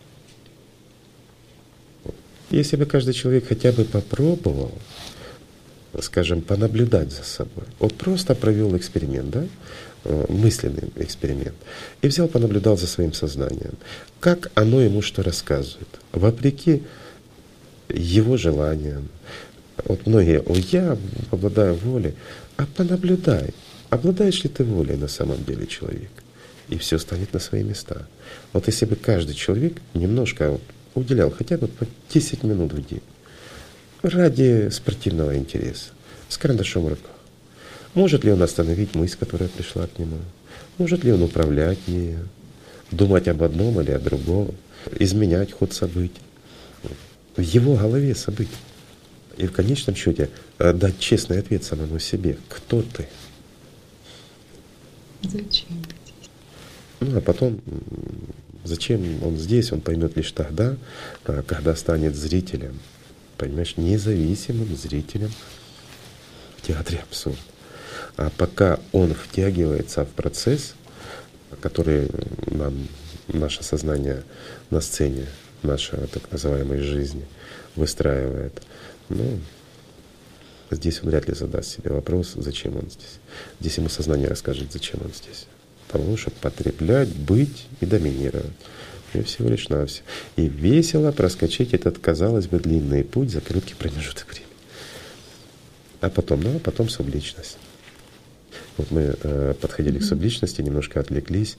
Если бы каждый человек хотя бы попробовал, скажем, понаблюдать за собой, вот просто провел эксперимент, да, мысленный эксперимент, и взял, понаблюдал за своим сознанием, как оно ему что рассказывает, вопреки его желаниям. Вот многие: «О, я обладаю волей», а понаблюдай, обладаешь ли ты волей на самом деле, человек, и все станет на свои места. Вот если бы каждый человек немножко уделял хотя бы по 10 минут в день ради спортивного интереса, с карандашом в руках, может ли он остановить мысль, которая пришла к нему? Может ли он управлять ею? Думать об одном или о другом? Изменять ход событий? В его голове события. И в конечном счете дать честный ответ самому себе. Кто ты? Зачем? Ну а потом, зачем он здесь, он поймет лишь тогда, когда станет зрителем. Понимаешь, независимым зрителем в театре абсурда. А пока он втягивается в процесс, который нам наше сознание на сцене, нашей так называемой жизни выстраивает, ну, здесь он вряд ли задаст себе вопрос, зачем он здесь. Здесь ему сознание расскажет, зачем он здесь. Потому что потреблять, быть и доминировать. И всего лишь навсего. И весело проскочить этот, казалось бы, длинный путь за короткий промежуток времени. А потом субличность. Вот мы подходили к субличности, немножко отвлеклись,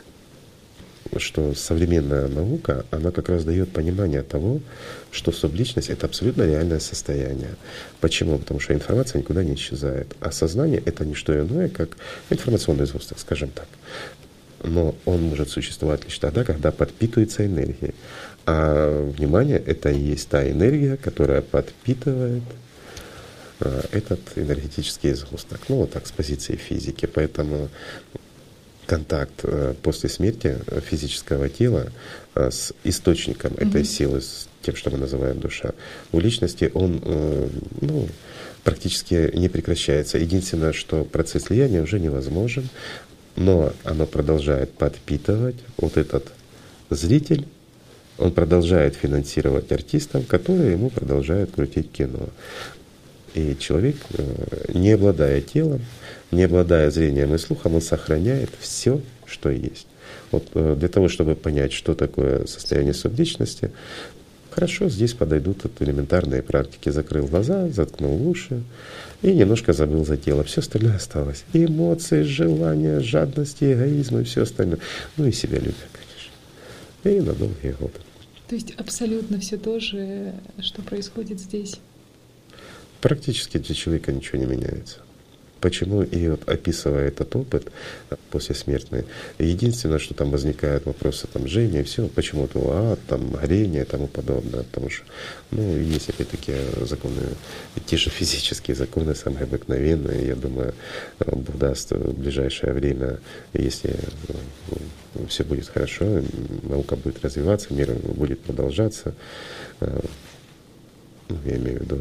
что современная наука, она как раз дает понимание того, что субличность — это абсолютно реальное состояние. Почему? Потому что информация никуда не исчезает. А сознание — это не что иное, как информационный сгусток, скажем так. Но он может существовать лишь тогда, когда подпитывается энергией. А внимание — это и есть та энергия, которая подпитывает этот энергетический сгусток. Ну, вот так, с позиции физики. Поэтому контакт после смерти физического тела с источником этой силы, с тем, что мы называем душа, у личности он практически не прекращается. Единственное, что процесс слияния уже невозможен, но оно продолжает подпитывать вот этот зритель, он продолжает финансировать артистов, которые ему продолжают крутить кино. И человек, не обладая телом, не обладая зрением и слухом, он сохраняет все, что есть. Вот для того, чтобы понять, что такое состояние субличности, хорошо, здесь подойдут элементарные практики. Закрыл глаза, заткнул уши и немножко забыл за тело. Все остальное осталось. И эмоции, желания, жадности, эгоизм и все остальное. Ну и себя любя, конечно. И на долгие годы. То есть абсолютно все то же, что происходит здесь. Практически для человека ничего не меняется. Почему? И вот описывая этот опыт послесмертный, единственное, что там возникают вопросы там жжения, все, почему-то ад, там горение и тому подобное, потому что, есть опять-таки законы, те же физические законы, самые обыкновенные. Я думаю, Бог даст в ближайшее время, если все будет хорошо, наука будет развиваться, мир будет продолжаться, я имею в виду.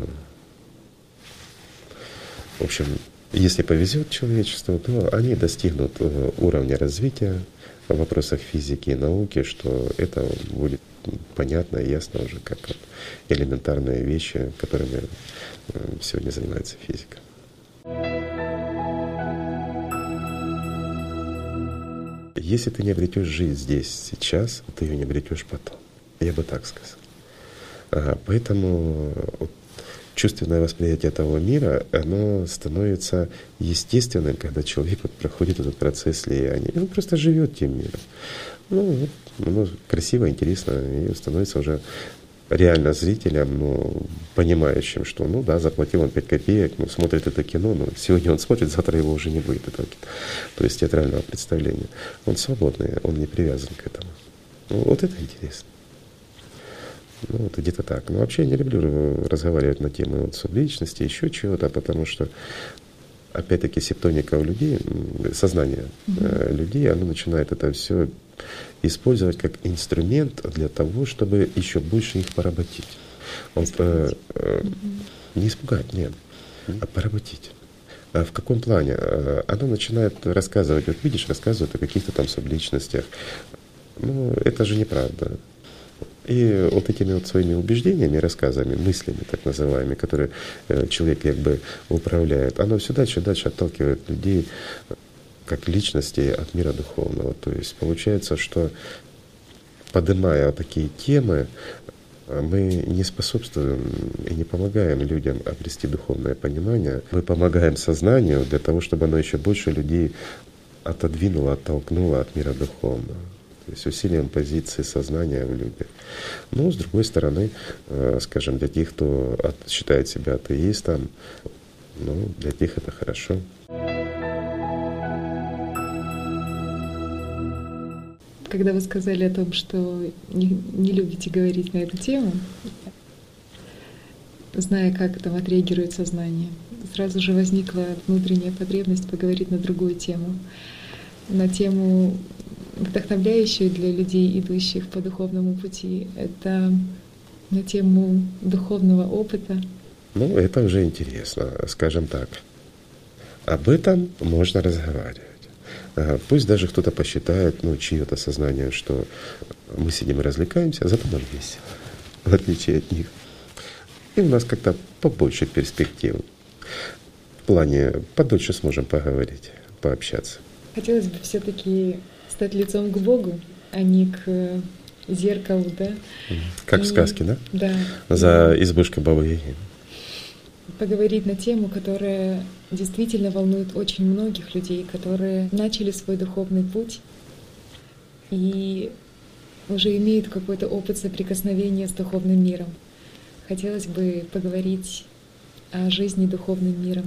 В общем, если повезет человечеству, то они достигнут уровня развития в вопросах физики и науки, что это будет понятно и ясно уже как элементарные вещи, которыми сегодня занимается физика. Если ты не обретешь жизнь здесь, сейчас, ты ее не обретешь потом. Я бы так сказал. Поэтому чувственное восприятие того мира, оно становится естественным, когда человек вот проходит этот процесс слияния. И он просто живет тем миром. Ну, вот, оно красиво, интересно, и становится уже реально зрителем, ну, понимающим, что, ну да, заплатил он 5 копеек, ну, смотрит это кино, но сегодня он смотрит, завтра его уже не будет, этого кино. То есть театрального представления. Он свободный, он не привязан к этому. Ну, вот это интересно. Ну, вот где-то так. Но вообще я не люблю разговаривать на тему вот субличности, еще чего-то, потому что, опять-таки, септоника у людей, сознание людей, оно начинает это все использовать как инструмент для того, чтобы еще больше их поработить. Вот, не испугать, нет, а поработить. А в каком плане? Оно начинает рассказывать, вот видишь, рассказывает о каких-то там субличностях. Ну, это же неправда. И вот этими вот своими убеждениями, рассказами, мыслями так называемыми, которые человек как бы управляет, оно все дальше и дальше отталкивает людей как личностей от мира духовного. То есть получается, что поднимая такие темы, мы не способствуем и не помогаем людям обрести духовное понимание. Мы помогаем сознанию для того, чтобы оно еще больше людей отодвинуло, оттолкнуло от мира духовного. То есть усилием позиции сознания в людях. Но с другой стороны, скажем, для тех, кто считает себя атеистом, ну, для них это хорошо. Когда вы сказали о том, что не любите говорить на эту тему, зная, как там отреагирует сознание, сразу же возникла внутренняя потребность поговорить на другую тему, на тему, вдохновляющую для людей, идущих по духовному пути. Это на тему духовного опыта. Ну, это уже интересно, скажем так. Об этом можно разговаривать. Пусть даже кто-то посчитает, ну, чье-то сознание, что мы сидим и развлекаемся, а зато нам весело, в отличие от них. И у нас как-то побольше перспектив. В плане подольше сможем поговорить, пообщаться. Хотелось бы все-таки стать лицом к Богу, а не к зеркалу, да? Как в сказке, да? Да. За избушкой Бабы-Яги. Поговорить на тему, которая действительно волнует очень многих людей, которые начали свой духовный путь и уже имеют какой-то опыт соприкосновения с духовным миром. Хотелось бы поговорить о жизни духовным миром.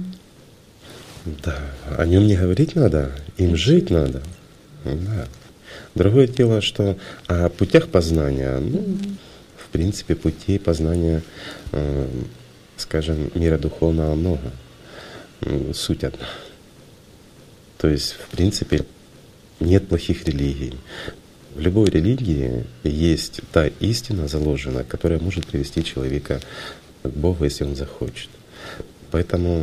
Да, о нем не говорить надо, им жить надо. Да. Другое дело, что о путях познания, ну, в принципе, путей познания, скажем, мира духовного много. Суть одна. То есть, в принципе, нет плохих религий. В любой религии есть та истина заложена, которая может привести человека к Богу, если он захочет. Поэтому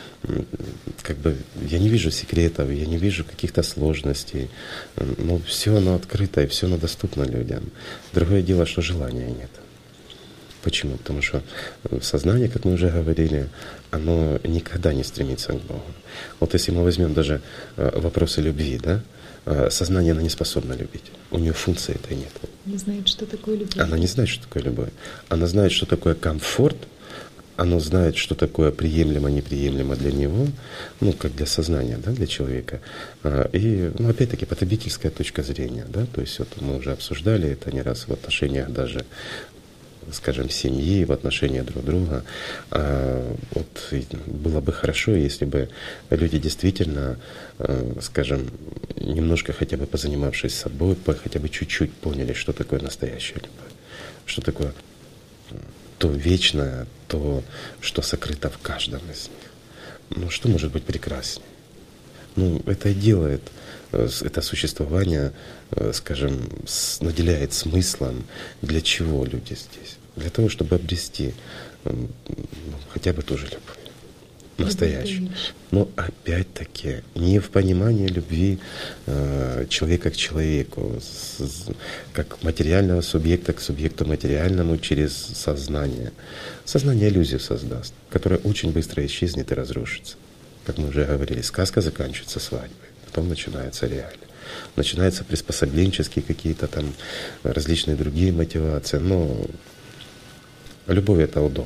как бы я не вижу секретов, я не вижу каких-то сложностей. Но все оно открыто и все оно доступно людям. Другое дело, что желания нет. Почему? Потому что сознание, как мы уже говорили, оно никогда не стремится к Богу. Вот если мы возьмем даже вопросы любви, да, сознание оно не способно любить. У нее функции этой нет. Не знает, что такое любовь. Она не знает, что такое любовь. Она знает, что такое комфорт. Оно знает, что такое приемлемо, неприемлемо для него, ну, как для сознания, да, для человека. И, ну, опять-таки, потребительская точка зрения, да, то есть вот мы уже обсуждали это не раз в отношениях даже, скажем, семьи, в отношениях друг друга. Вот было бы хорошо, если бы люди действительно, скажем, немножко хотя бы позанимавшись собой, хотя бы чуть-чуть поняли, что такое настоящая любовь, что такое то вечное, то, что сокрыто в каждом из них. Ну, что может быть прекраснее? Ну, это и делает это существование, скажем, наделяет смыслом, для чего люди здесь. Для того, чтобы обрести хотя бы ту же любовь. Настоящую. Но опять-таки не в понимании любви человека к человеку, как материального субъекта к субъекту материальному через сознание. Сознание иллюзию создаст, которая очень быстро исчезнет и разрушится. Как мы уже говорили, сказка заканчивается свадьбой, потом начинается реально. Начинаются приспособленческие какие-то там различные другие мотивации. Но любовь — это удобство.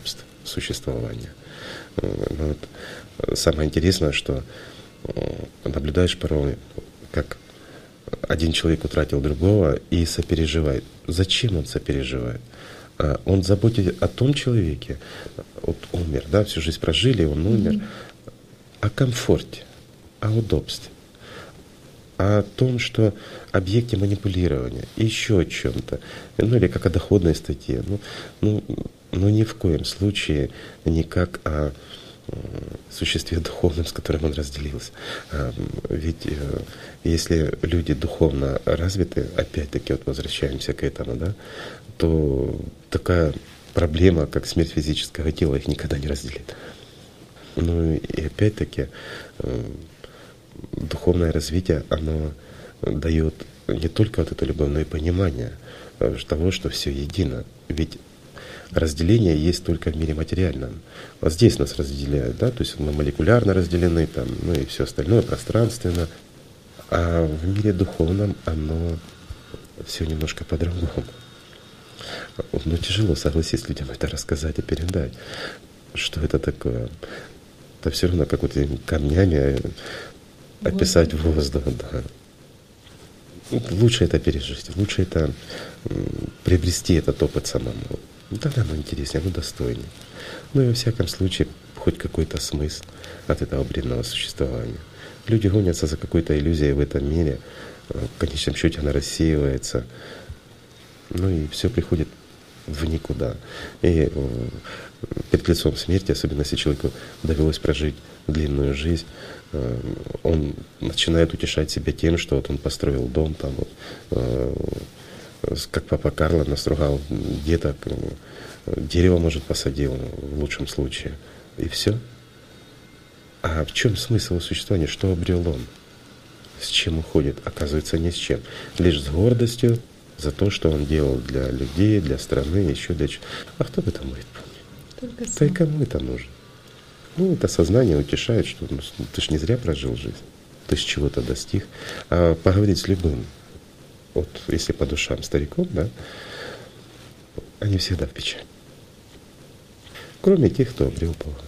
существования. Но вот самое интересное, что наблюдаешь порой, как один человек утратил другого и сопереживает. Зачем он сопереживает? Он заботится о том человеке, вот умер, да, всю жизнь прожили, он умер, о комфорте, о удобстве, о том, что объекте манипулирования, еще о чем-то, ну или как о доходной статье. Ну, ни в коем случае не как о существе духовном, с которым он разделился. Ведь если люди духовно развиты, опять-таки вот возвращаемся к этому, да, то такая проблема, как смерть физического тела, их никогда не разделит. Ну и опять-таки духовное развитие, оно дает не только вот эту любовь, но и понимание того, что все едино. Ведь разделение есть только в мире материальном. Вот здесь нас разделяют, да, то есть мы молекулярно разделены, там, ну и все остальное пространственно. А в мире духовном оно все немножко по-другому. Но тяжело, согласись, людям это рассказать и передать. Что это такое? Это все равно как вот этими камнями описать воздух. Да. Лучше это пережить, лучше это приобрести этот опыт самому. Тогда оно интереснее, оно достойнее. Ну и во всяком случае, хоть какой-то смысл от этого бренного существования. Люди гонятся за какой-то иллюзией в этом мире, в конечном счете она рассеивается, ну и все приходит в никуда. И перед лицом смерти, особенно если человеку довелось прожить длинную жизнь, он начинает утешать себя тем, что вот он построил дом, там вот, как папа Карло настругал деток, дерево, может, посадил в лучшем случае, и все. А в чем смысл его существования? Что обрел он? С чем уходит? Оказывается, ни с чем. Лишь с гордостью за то, что он делал для людей, для страны, еще для чего. А кто об этом будет помнить? Да и кому это нужно? Ну, это сознание утешает, что ну, ты ж не зря прожил жизнь, ты ж чего-то достиг. А поговорить с любым, вот если по душам стариком, да, они всегда в печали. Кроме тех, кто обрел Бога.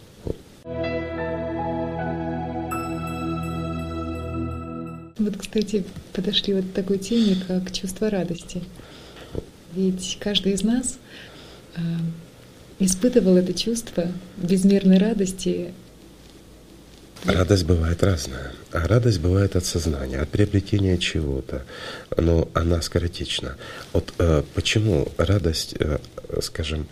Вот, кстати, подошли вот к такой теме, как чувство радости. Ведь каждый из нас испытывал это чувство безмерной радости. Радость бывает разная. А радость бывает от сознания, от приобретения чего-то. Но она скоротечна. Вот почему радость, скажем,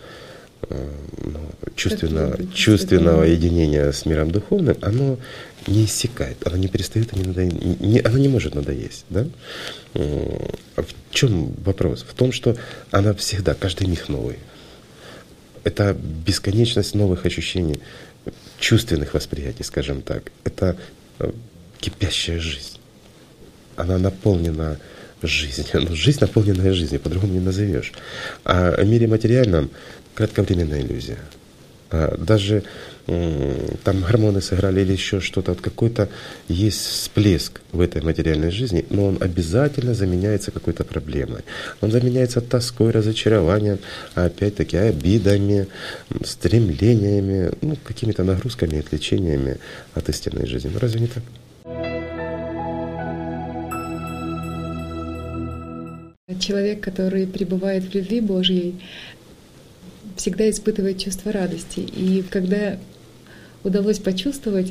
чувственного единения с миром духовным, оно не иссякает, оно не перестает, оно не может надоесть. Да? В чем вопрос? В том, что она всегда, каждый миг новый. Это бесконечность новых ощущений, чувственных восприятий, скажем так. Это кипящая жизнь. Она наполнена жизнью. Но жизнь, наполненная жизнью, по-другому не назовешь. А в мире материальном кратковременная иллюзия. Даже там гормоны сыграли или еще что-то, вот какой-то есть всплеск в этой материальной жизни, но он обязательно заменяется какой-то проблемой. Он заменяется тоской, разочарованием, а опять-таки обидами, стремлениями, ну, какими-то нагрузками и отвлечениями от истинной жизни. Ну, разве не так? Человек, который пребывает в любви Божьей, всегда испытывает чувство радости. И когда удалось почувствовать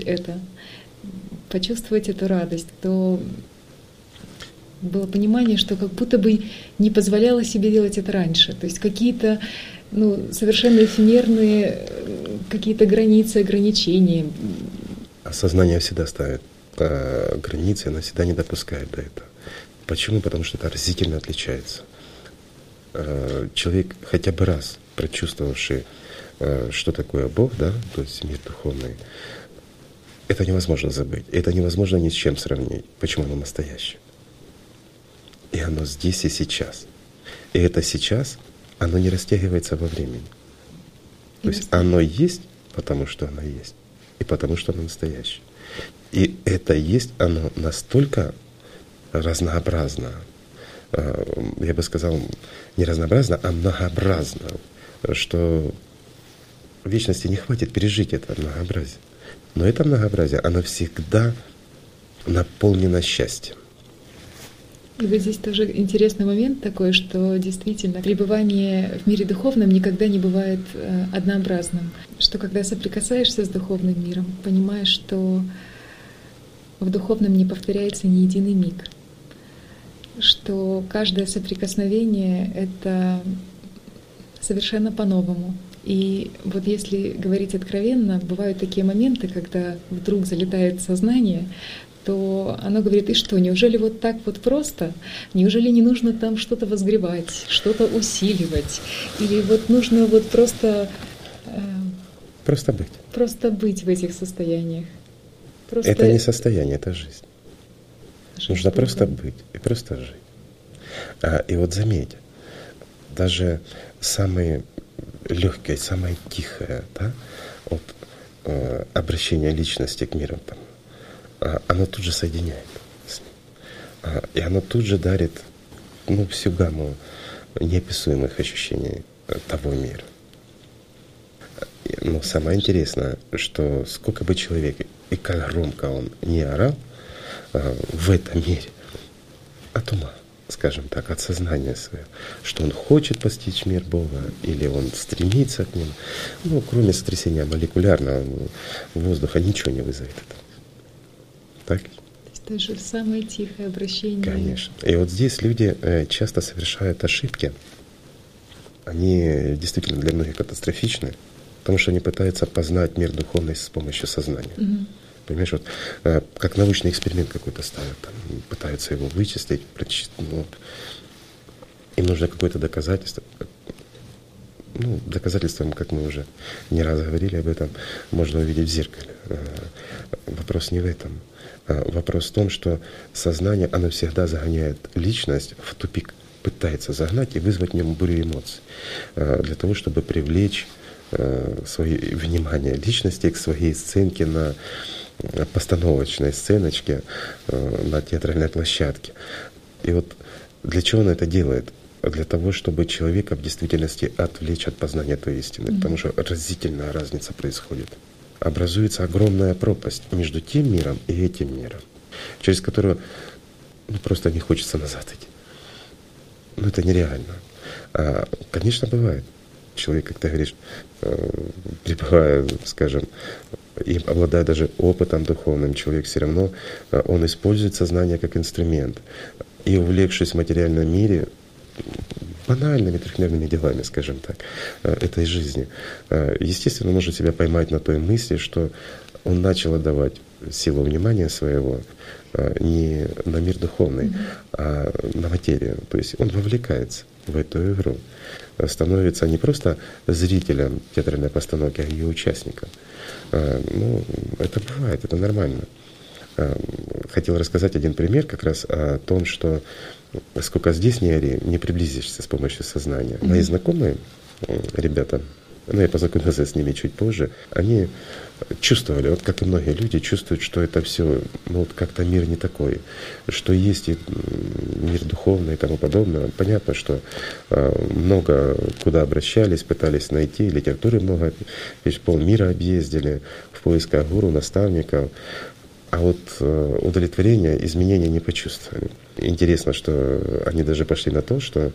эту радость, то было понимание, что как будто бы не позволяло себе делать это раньше. То есть какие-то совершенно эфемерные какие-то границы, ограничения. А сознание всегда ставит границы, оно всегда не допускает до этого. Почему? Потому что это разительно отличается. Человек хотя бы раз прочувствовавший, что такое Бог, да, то есть мир духовный, это невозможно забыть, это невозможно ни с чем сравнить. Почему оно настоящее? И оно здесь и сейчас. И это сейчас, оно не растягивается во времени. То есть оно есть, потому что оно есть, и потому что оно настоящее. И это есть, оно настолько разнообразно, я бы сказал, не разнообразно, а многообразно, что вечности не хватит пережить это многообразие. Но это многообразие, оно всегда наполнено счастьем. И вот здесь тоже интересный момент такой, что действительно пребывание в мире духовном никогда не бывает однообразным. Что когда соприкасаешься с духовным миром, понимаешь, что в духовном не повторяется ни единый миг. Что каждое соприкосновение — это совершенно по-новому. И вот если говорить откровенно, бывают такие моменты, когда вдруг залетает сознание, то оно говорит: и что, неужели вот так вот просто? Неужели не нужно там что-то возгревать, что-то усиливать? Или вот нужно вот просто быть. Просто быть в этих состояниях? Просто... Это не состояние, это жизнь. Нужно просто быть и просто жить. И вот заметь, даже самое легкое, самое тихое, да, вот, обращение личности к миру, там, оно тут же соединяет с ним. И оно тут же дарит всю гамму неописуемых ощущений того мира. Но самое интересное, что сколько бы человек и как громко он не орал в этом мире, от ума, скажем так, от сознания своего, что он хочет постичь мир Бога или он стремится к нему, кроме сотрясения молекулярного воздуха, ничего не вызовет это. Так? То есть даже самое тихое обращение. Конечно. И вот здесь люди часто совершают ошибки. Они действительно для многих катастрофичны, потому что они пытаются познать мир духовный с помощью сознания. Угу. Понимаешь, вот как научный эксперимент какой-то ставят, там, пытаются его вычислить, им нужно какое-то доказательство. Доказательством, как мы уже не раз говорили об этом, можно увидеть в зеркале. Вопрос не в этом. Вопрос в том, что сознание, оно всегда загоняет личность в тупик, пытается загнать и вызвать в нем бурю эмоций, для того, чтобы привлечь свое внимание личности к своей сценке на постановочной сценочке, на театральной площадке. И вот для чего он это делает? Для того, чтобы человека в действительности отвлечь от познания той истины. Потому что разительная разница происходит. Образуется огромная пропасть между тем миром и этим миром, через которую просто не хочется назад идти. Это нереально. Конечно, бывает. Человек, как ты говоришь, пребывая, скажем, и обладая даже опытом духовным, человек все равно, он использует сознание как инструмент. И увлекшись в материальном мире, банальными трехмерными делами, скажем так, этой жизни, естественно, может себя поймать на той мысли, что он начал отдавать силу внимания своего не на мир духовный, а на материю. То есть он вовлекается в эту игру, становится не просто зрителем театральной постановки, а и участником. Это бывает, это нормально. Хотел рассказать один пример как раз о том, что сколько здесь не ори, не приблизишься с помощью сознания. Мои знакомые ребята, я познакомился с ними чуть позже, они чувствовали, вот как и многие люди чувствуют, что это все, как-то мир не такой, что есть и мир духовный и тому подобное. Понятно, что много куда обращались, пытались найти, литературы много, полмира объездили в поисках гуру, наставников. А вот удовлетворения, изменения не почувствовали. Интересно, что они даже пошли на то, что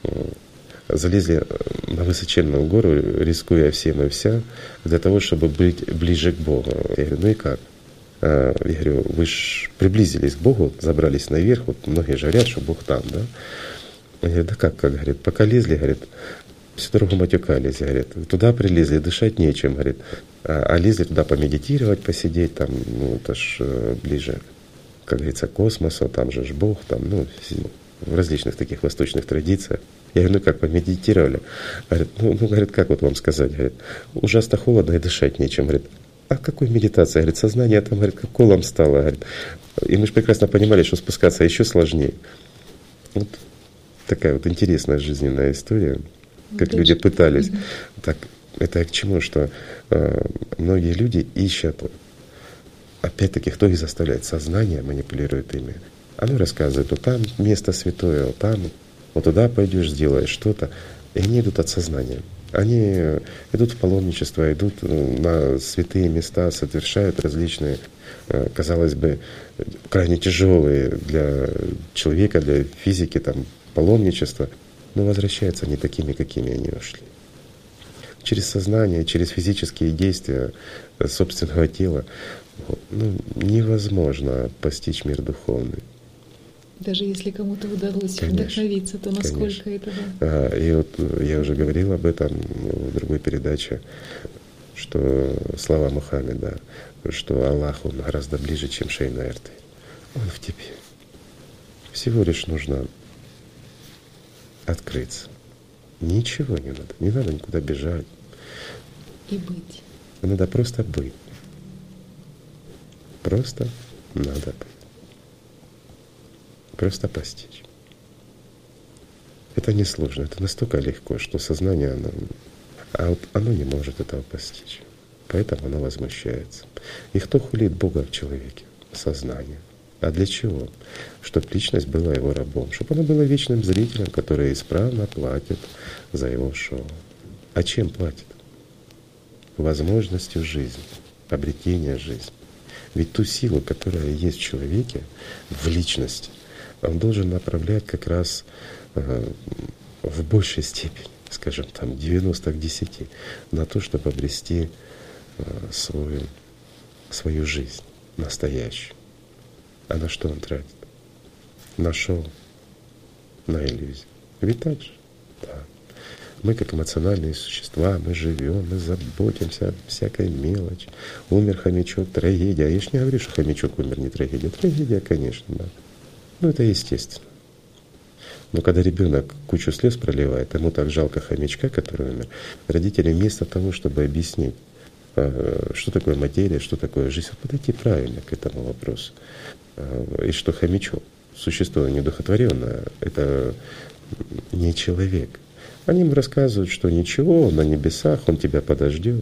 залезли на высоченную гору, рискуя всем и вся, для того, чтобы быть ближе к Богу. Я говорю, и как? Я говорю, вы же приблизились к Богу, забрались наверх, вот многие же говорят, что Бог там, да? Я говорю, да как, говорит, пока лезли, говорит, всю дорогу матюкались, говорит, туда прилезли, дышать нечем, говорит, а лезли туда помедитировать, посидеть, там, это ж ближе, как говорится, к космосу, там же ж Бог, там, в различных таких восточных традициях. Я говорю, как помедитировали? Говорит, говорит, как вот вам сказать? Говорит, ужасно холодно и дышать нечем. Говорит, а какой медитация? Говорит, сознание там, говорит, как колом стало. Говорит. И мы же прекрасно понимали, что спускаться еще сложнее. Вот такая вот интересная жизненная история, как люди пытались. Так, это к чему? Что многие люди ищут, опять-таки, кто их заставляет? Сознание манипулирует ими. Оно рассказывает, вот там место святое, вот там, вот туда пойдешь, сделаешь что-то. И они идут от сознания. Они идут в паломничество, идут на святые места, совершают различные, казалось бы, крайне тяжелые для человека, для физики, там, паломничества, но возвращаются не такими, какими они ушли. Через сознание, через физические действия собственного тела невозможно постичь мир духовный. Даже если кому-то удалось Конечно, вдохновиться, то насколько конечно. это... И вот я уже говорил об этом в другой передаче, что слова Мухаммеда, что Аллах, Он гораздо ближе, чем шейная артерия. Он в тебе. Всего лишь нужно открыться. Ничего не надо никуда бежать. И быть. Надо просто быть. Просто надо быть. Просто постичь. Это несложно, это настолько легко, что сознание, оно не может этого постичь. Поэтому оно возмущается. И кто хулит Бога в человеке? Сознание. А для чего? Чтобы личность была его рабом, чтобы она была вечным зрителем, который исправно платит за его шоу. А чем платит? Возможностью жизни, обретения жизни. Ведь ту силу, которая есть в человеке, в личности, он должен направлять как раз в большей степени, скажем, там 90 к 10, на то, чтобы обрести свою жизнь настоящую. А на что он тратит? На шоу, на иллюзию. Ведь так же? Да. Мы, как эмоциональные существа, мы живем, мы заботимся о всякой мелочи. Умер хомячок, трагедия. А я ж не говорю, что хомячок умер, не трагедия. Трагедия, конечно, да. Это естественно. Но когда ребенок кучу слез проливает, ему так жалко хомячка, который умер, родители вместо того, чтобы объяснить, что такое материя, что такое жизнь, подойти правильно к этому вопросу. И что хомячок, существо недухотворенное, это не человек. Они ему рассказывают, что ничего, он на небесах, он тебя подождет.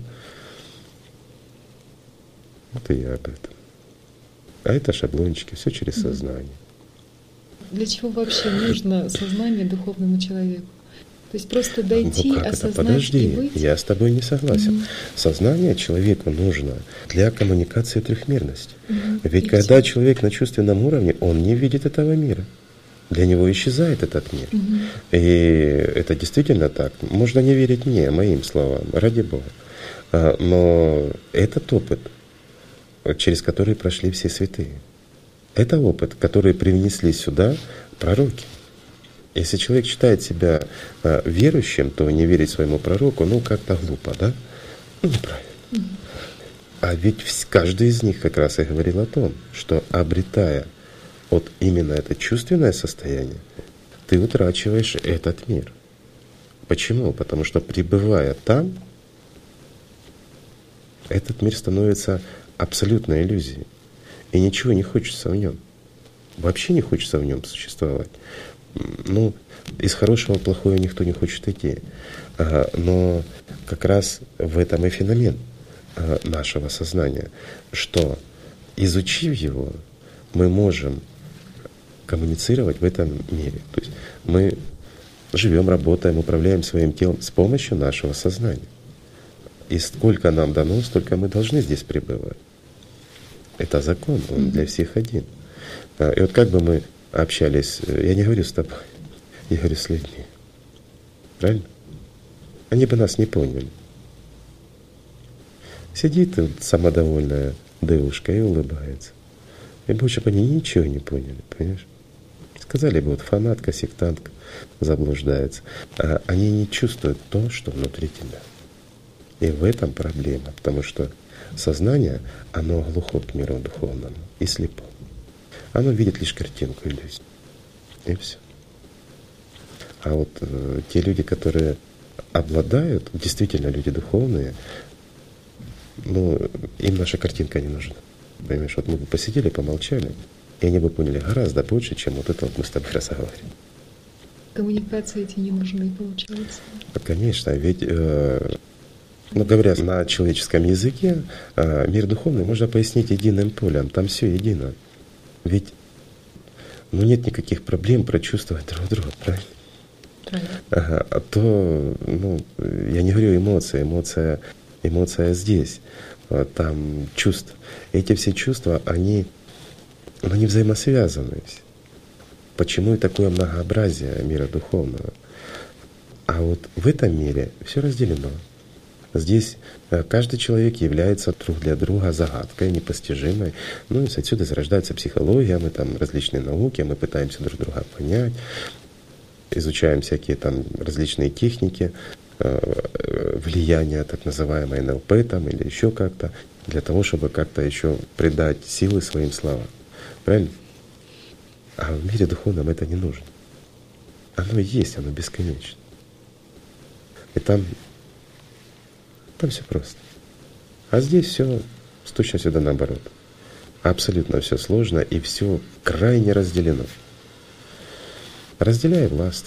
Вот и я об этом. А это шаблончики, все через сознание. Для чего вообще нужно сознание духовному человеку? То есть просто дойти, осознать Подожди, и быть? Я с тобой не согласен. Сознание человеку нужно для коммуникации трехмерности. Ведь И когда человек на чувственном уровне, он не видит этого мира. Для него исчезает этот мир. И это действительно так. Можно не верить мне, моим словам, ради Бога. Но этот опыт, через который прошли все святые, это опыт, который привнесли сюда пророки. Если человек считает себя верующим, то не верить своему пророку, как-то глупо, да? Неправильно. А ведь каждый из них как раз и говорил о том, что обретая вот именно это чувственное состояние, ты утрачиваешь этот мир. Почему? Потому что пребывая там, этот мир становится абсолютной иллюзией. И ничего не хочется в нем. Вообще не хочется в нем существовать. Из хорошего в плохое никто не хочет идти. Но как раз в этом и феномен нашего сознания, что, изучив его, мы можем коммуницировать в этом мире. То есть мы живем, работаем, управляем своим телом с помощью нашего сознания. И сколько нам дано, столько мы должны здесь пребывать. Это закон, он для всех один. И вот как бы мы общались, я не говорю с тобой, я говорю с людьми. Правильно? Они бы нас не поняли. Сидит тут самодовольная девушка и улыбается. И больше бы они ничего не поняли, понимаешь? Сказали бы, вот фанатка, сектантка заблуждается. А они не чувствуют то, что внутри тебя. И в этом проблема, потому что сознание, оно глухо к миру духовному и слепо. Оно видит лишь картинку иллюзии. И все. А вот те люди, которые обладают, действительно люди духовные, им наша картинка не нужна. Понимаешь, вот мы бы посидели, помолчали, и они бы поняли гораздо больше, чем вот это вот мы с тобой разговариваем. Коммуникации эти не нужны, получается. Конечно, ведь, говоря на человеческом языке, мир духовный можно пояснить единым полем, там все едино. Ведь нет никаких проблем прочувствовать друг друга, правильно? Правильно. То, я не говорю эмоция здесь, там чувства. Эти все чувства, они взаимосвязаны. Почему и такое многообразие мира духовного? А вот в этом мире все разделено. Здесь каждый человек является друг для друга загадкой непостижимой. И отсюда зарождается психология, мы там различные науки, мы пытаемся друг друга понять, изучаем всякие там различные техники влияния, так называемой НЛП там, или еще как-то, для того, чтобы как-то еще придать силы своим словам. Правильно? А в мире духовном это не нужно. Оно есть, оно бесконечно. И там все просто. А здесь все с точностью да наоборот. Абсолютно все сложно и все крайне разделено. Разделяй власть.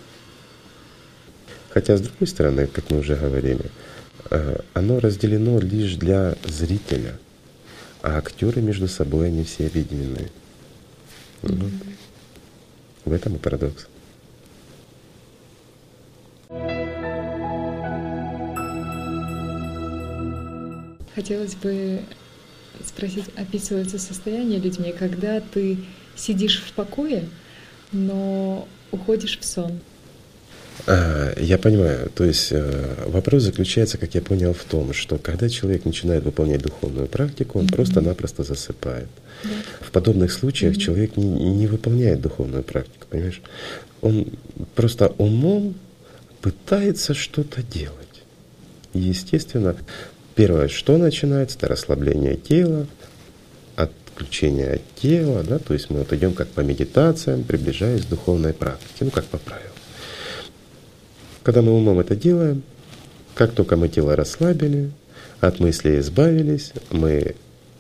Хотя, с другой стороны, как мы уже говорили, оно разделено лишь для зрителя, а актеры между собой, они все объединены. Вот. В этом и парадокс. Хотелось бы спросить, описывается состояние людьми, когда ты сидишь в покое, но уходишь в сон? Я понимаю. То есть вопрос заключается, как я понял, в том, что когда человек начинает выполнять духовную практику, он просто-напросто засыпает. Да. В подобных случаях человек не выполняет духовную практику, понимаешь? Он просто умом пытается что-то делать. И, естественно, первое, что начинается, это расслабление тела, отключение от тела, да, то есть мы вот идем как по медитациям, приближаясь к духовной практике, как по правилам. Когда мы умом это делаем, как только мы тело расслабили, от мыслей избавились, мы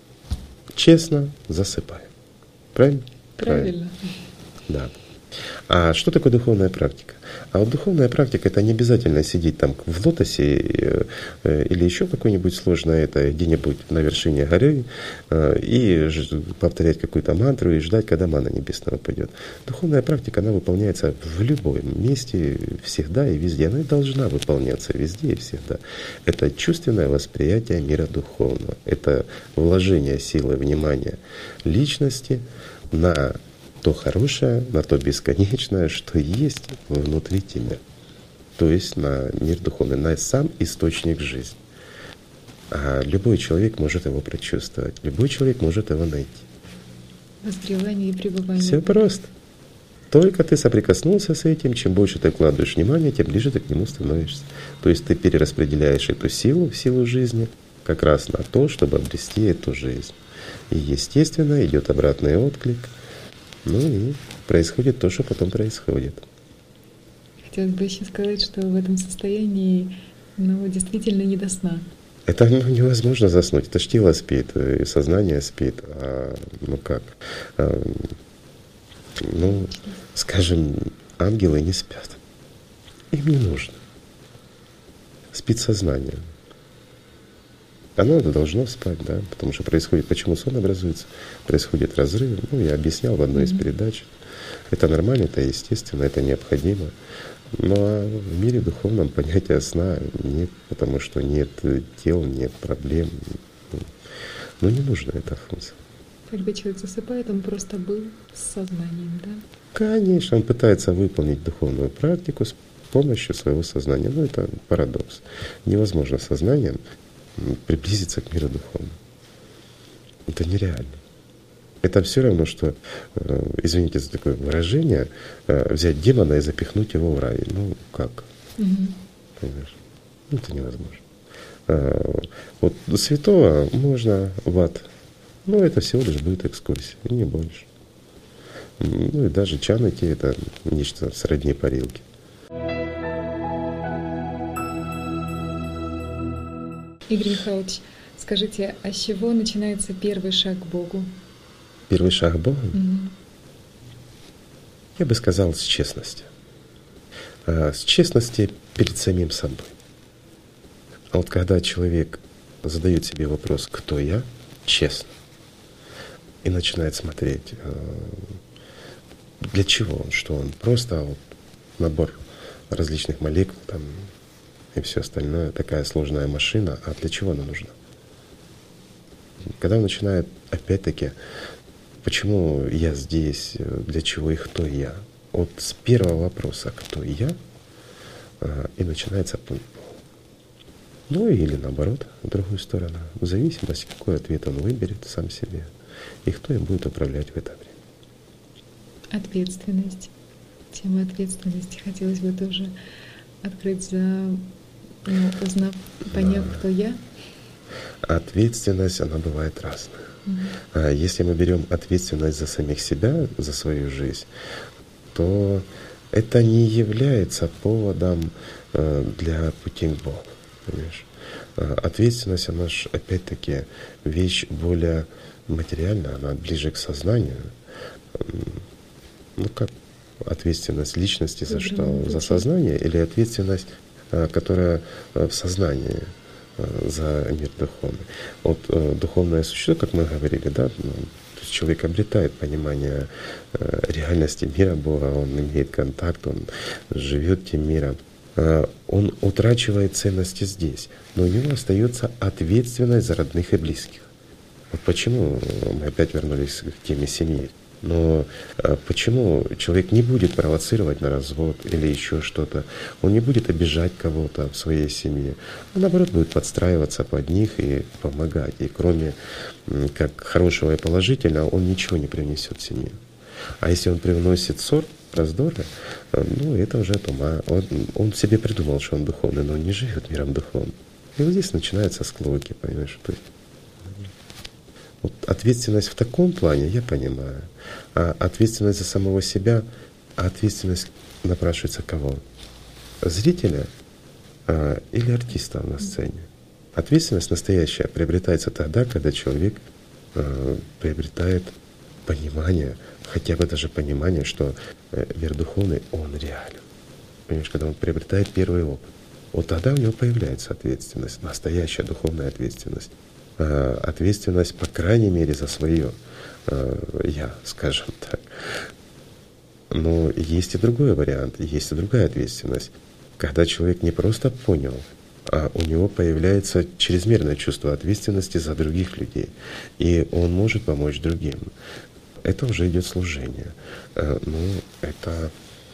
честно засыпаем. Правильно? Правильно. Да. А что такое духовная практика? А вот духовная практика — это не обязательно сидеть там в лотосе или еще какой-нибудь сложной, это где-нибудь на вершине горы и повторять какую-то мантру и ждать, когда мана небесная упадет. Духовная практика, она выполняется в любом месте, всегда и везде. Она и должна выполняться везде и всегда. Это чувственное восприятие мира духовного. Это вложение силы, внимания личности на то хорошее, на то бесконечное, что есть внутри тебя. То есть на мир духовный, на сам источник жизни. А любой человек может его прочувствовать, любой человек может его найти. Возгревание и пребывание. Все просто. Только ты соприкоснулся с этим, чем больше ты вкладываешь внимание, тем ближе ты к нему становишься. То есть ты перераспределяешь эту силу, силу жизни, как раз на то, чтобы обрести эту жизнь. И естественно идет обратный отклик. И происходит то, что потом происходит. Хотелось бы еще сказать, что в этом состоянии действительно не до сна. Это невозможно заснуть. Это ж тело спит, и сознание спит. Как? Скажем, ангелы не спят. Им не нужно. Спит сознание. Оно должно спать, да, потому что происходит, почему сон образуется, происходит разрыв. Я объяснял в одной из передач. Это нормально, это естественно, это необходимо. Но в мире духовном понятия сна нет, потому что нет тел, нет проблем. Не нужна эта функция. Когда человек засыпает, он просто был с сознанием, да? Конечно, он пытается выполнить духовную практику с помощью своего сознания. Это парадокс. Невозможно сознанием приблизиться к миру духовному. Это нереально. Это все равно, что, извините за такое выражение, взять демона и запихнуть его в рай. Как? Понимаешь? Это невозможно. Вот святого можно в ад. Это всего лишь будет экскурсия, и не больше. И даже чан идти — это нечто сродни парилке. Игорь Михайлович, скажите, а с чего начинается первый шаг к Богу? Первый шаг к Богу? Я бы сказал, с честности. С честности перед самим собой. А вот когда человек задает себе вопрос «Кто я?» честно, и начинает смотреть, для чего он, что он просто набор различных молекул там, и все остальное, такая сложная машина, а для чего она нужна? Когда он начинает, опять-таки, почему я здесь, для чего и кто я? Вот с первого вопроса «кто я?» и начинается пункт. Ну или наоборот, в другую сторону. В зависимости, какой ответ он выберет сам себе и кто им будет управлять в это время. Ответственность. Тему ответственности хотелось бы тоже открыть, узнав, поняв, кто я. Ответственность, она бывает разная. Если мы берем ответственность за самих себя, за свою жизнь, то это не является поводом для пути к Богу. Понимаешь? Ответственность, она же опять-таки вещь более материальная, она ближе к сознанию. Ну как ответственность личности за что? За сознание или ответственность, которая в сознании за мир духовный? Вот духовное существо, как мы говорили, да, то есть человек обретает понимание реальности мира Бога, он имеет контакт, он живет тем миром. Он утрачивает ценности здесь, но у него остается ответственность за родных и близких. Вот почему мы опять вернулись к теме семьи. Но почему человек не будет провоцировать на развод или еще что-то? Он не будет обижать кого-то в своей семье. Он, наоборот, будет подстраиваться под них и помогать. И кроме как хорошего и положительного, он ничего не привнесет в семью. А если он привносит ссор, раздоры, ну это уже от ума. Он себе придумал, что он духовный, но он не живет миром духовным. И вот здесь начинаются склоки, понимаешь? То есть, вот ответственность в таком плане я понимаю, а ответственность за самого себя, а ответственность напрашивается кого? Зрителя или артиста на сцене? Ответственность настоящая приобретается тогда, когда человек приобретает понимание, хотя бы даже понимание, что мир духовный, он реален. Понимаешь, когда он приобретает первый опыт, вот тогда у него появляется ответственность, настоящая духовная ответственность. Ответственность, по крайней мере, за свое я, скажем так. Но есть и другой вариант, есть и другая ответственность. Когда человек не просто понял, а у него появляется чрезмерное чувство ответственности за других людей, и он может помочь другим. Это уже идет служение. Ну, это,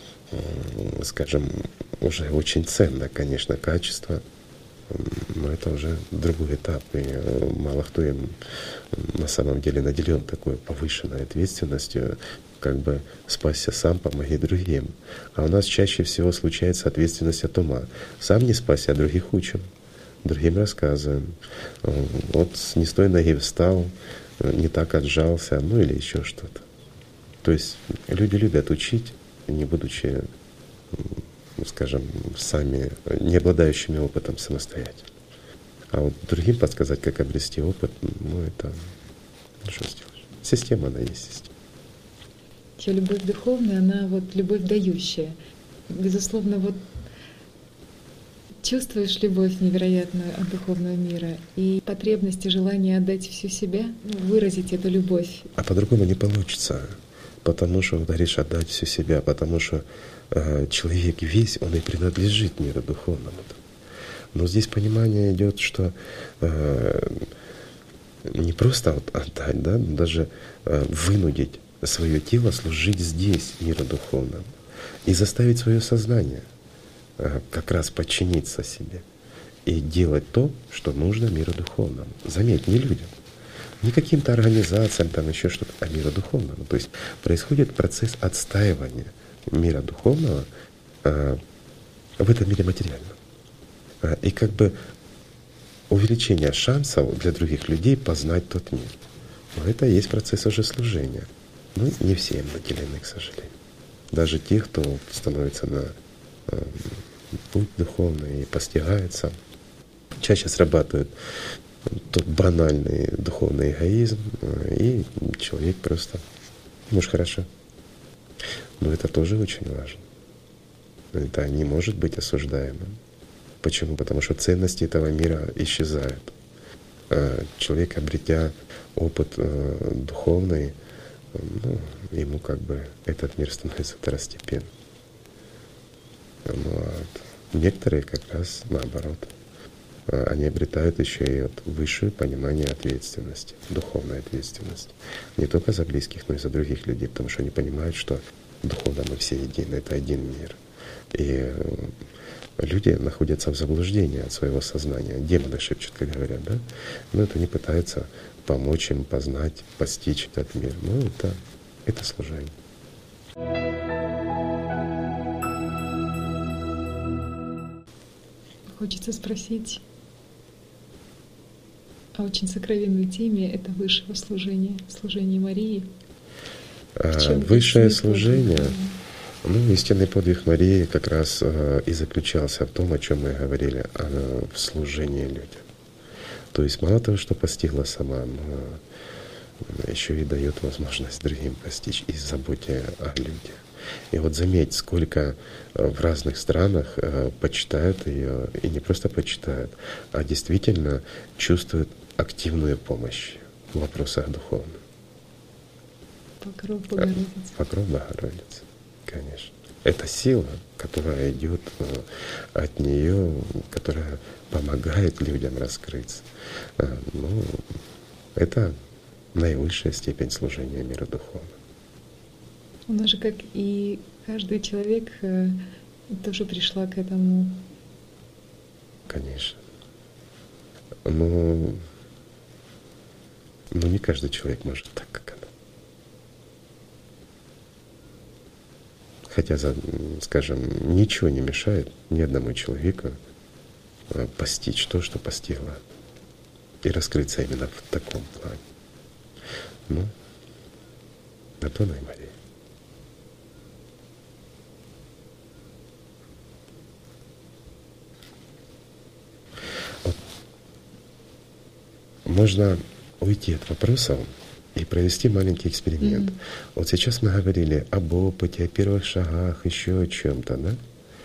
скажем, уже очень ценное, конечно, качество. Но это уже другой этап, и мало кто им на самом деле наделен такой повышенной ответственностью, как бы спасся сам, помоги другим. А у нас чаще всего случается ответственность от ума. Сам не спасся, а других учим, другим рассказываем. Вот не с той ноги встал, не так отжался, ну или еще что-то. То есть люди любят учить, не будучи, скажем, сами не обладающими опытом самостоятельно. А вот другим подсказать, как обрести опыт, ну это, ну что сделаешь? Система, она есть система. Любовь духовная, она вот любовь дающая. Безусловно, вот чувствуешь любовь невероятную от духовного мира и потребность и желание отдать всю себя, выразить эту любовь. А по-другому не получится, потому что, говоришь, отдать всю себя, потому что человек весь, он и принадлежит миру духовному. Но здесь понимание идет, что не просто вот отдать, да, но даже вынудить свое тело служить здесь, миру духовному, и заставить свое сознание как раз подчиниться себе и делать то, что нужно миру духовному. Заметь, не людям, не каким-то организациям, там еще что-то, а миру духовному. То есть происходит процесс отстаивания мира духовного в этом мире материальном. И как бы увеличение шансов для других людей познать тот мир. Но это и есть процесс уже служения. Ну, не все им наделены, к сожалению. Даже те, кто становится на путь духовный и постигается, чаще срабатывает тот банальный духовный эгоизм, и человек просто, может, хорошо. Но это тоже очень важно. Это не может быть осуждаемым. Почему? Потому что ценности этого мира исчезают. Человек, обретя опыт духовный, ну, ему как бы этот мир становится второстепенным. Вот. Некоторые как раз наоборот. Они обретают еще и вот высшее понимание ответственности, духовной ответственности. Не только за близких, но и за других людей, потому что они понимают, что духовно мы все едины, это один мир. И люди находятся в заблуждении от своего сознания. Демоны шепчут, как говорят, да? Но это не пытаются помочь им познать, постичь этот мир. Ну, это служение. Хочется спросить о очень сокровенной теме — это высшего служения, служение Марии. Высшее служение, истинный подвиг Марии как раз и заключался в том, о чем мы говорили, в служении людям. То есть мало того, что постигла сама, но еще и дает возможность другим постичь и заботе о людях. И вот заметь, сколько в разных странах почитают ее, и не просто почитают, а действительно чувствуют активную помощь в вопросах духовных. Покров Богородицы. Покров Богородицы, конечно. Это сила, которая идет от нее, которая помогает людям раскрыться. Это наивысшая степень служения миру духовному. Она же, как и каждый человек, тоже пришла к этому. Конечно. Но не каждый человек может так, как она. Хотя, скажем, ничего не мешает ни одному человеку постичь то, что постигла, и раскрыться именно в таком плане. На то она и Мария. Можно уйти от вопросов и провести маленький эксперимент. Вот сейчас мы говорили об опыте, о первых шагах, еще о чем-то, да?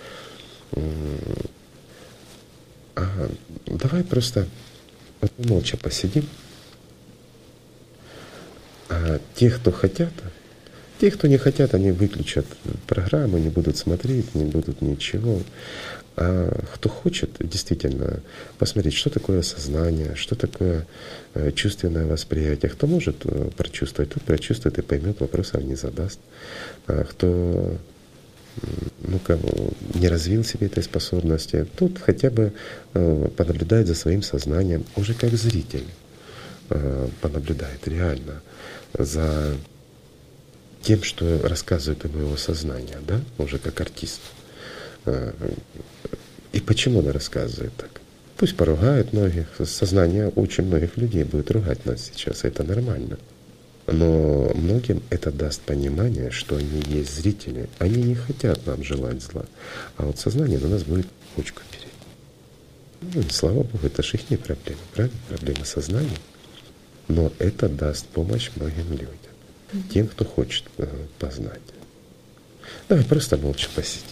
Давай просто молча посидим. А те, кто хотят, те, кто не хотят, они выключат программу, не будут смотреть, не будут ничего. А кто хочет действительно посмотреть, что такое сознание, что такое чувственное восприятие, кто может прочувствовать, тот прочувствует и поймет, вопросов не задаст. А кто не развил себе этой способности, тот хотя бы понаблюдает за своим сознанием, уже как зритель понаблюдает реально за тем, что рассказывает ему его сознание, да, уже как артист. И почему она рассказывает так? Пусть поругает многих, сознание очень многих людей будет ругать нас сейчас, это нормально. Но многим это даст понимание, что они есть зрители, они не хотят нам желать зла. А вот сознание на нас будет ручку переть. И слава Богу, это же их не проблема, правильно? Проблема сознания. Но это даст помощь многим людям, тем, кто хочет познать. Давай просто молча посидим.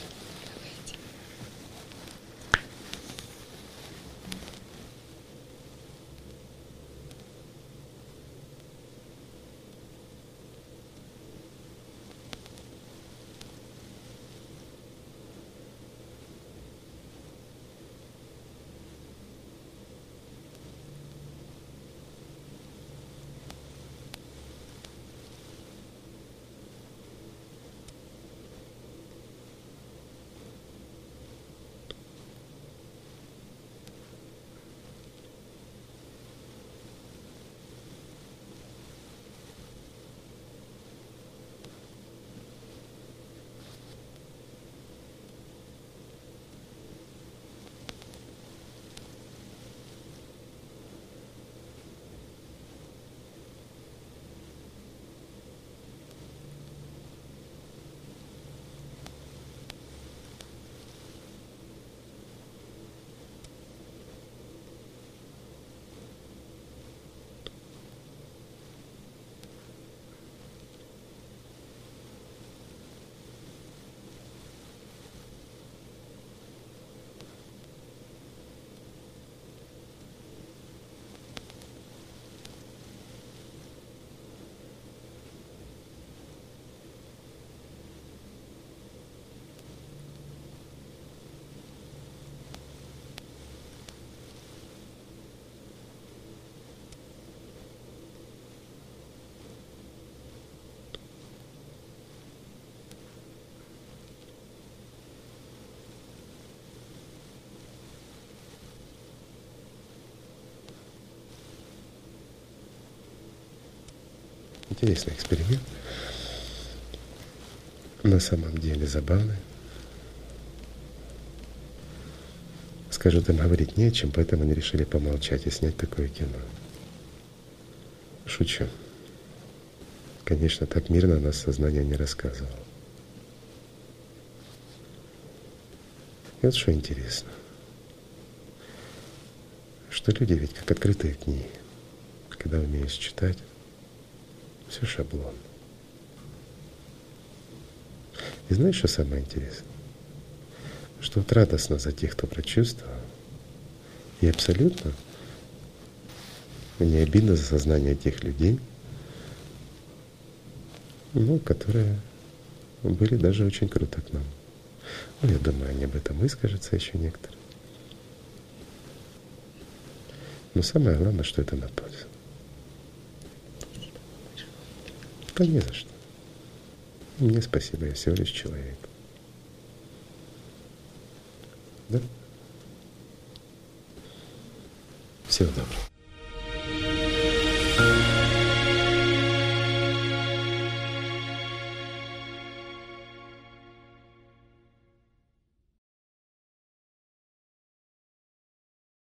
интересный эксперимент. На самом деле забавный. Скажу, там говорить не о чем, поэтому они решили помолчать и снять такое кино. Шучу. Конечно, так мирно нас сознание не рассказывало. И вот что интересно, что люди ведь как открытые книги, когда умеешь читать, все шаблон. И знаешь, что самое интересное? Что вот радостно за тех, кто прочувствовал, и абсолютно не обидно за сознание тех людей, которые были даже очень круто к нам. Я думаю, они об этом выскажутся еще некоторые. Но самое главное, что это на пользу. Да не за что. Мне спасибо, я всего лишь человек. Да? Всего доброго.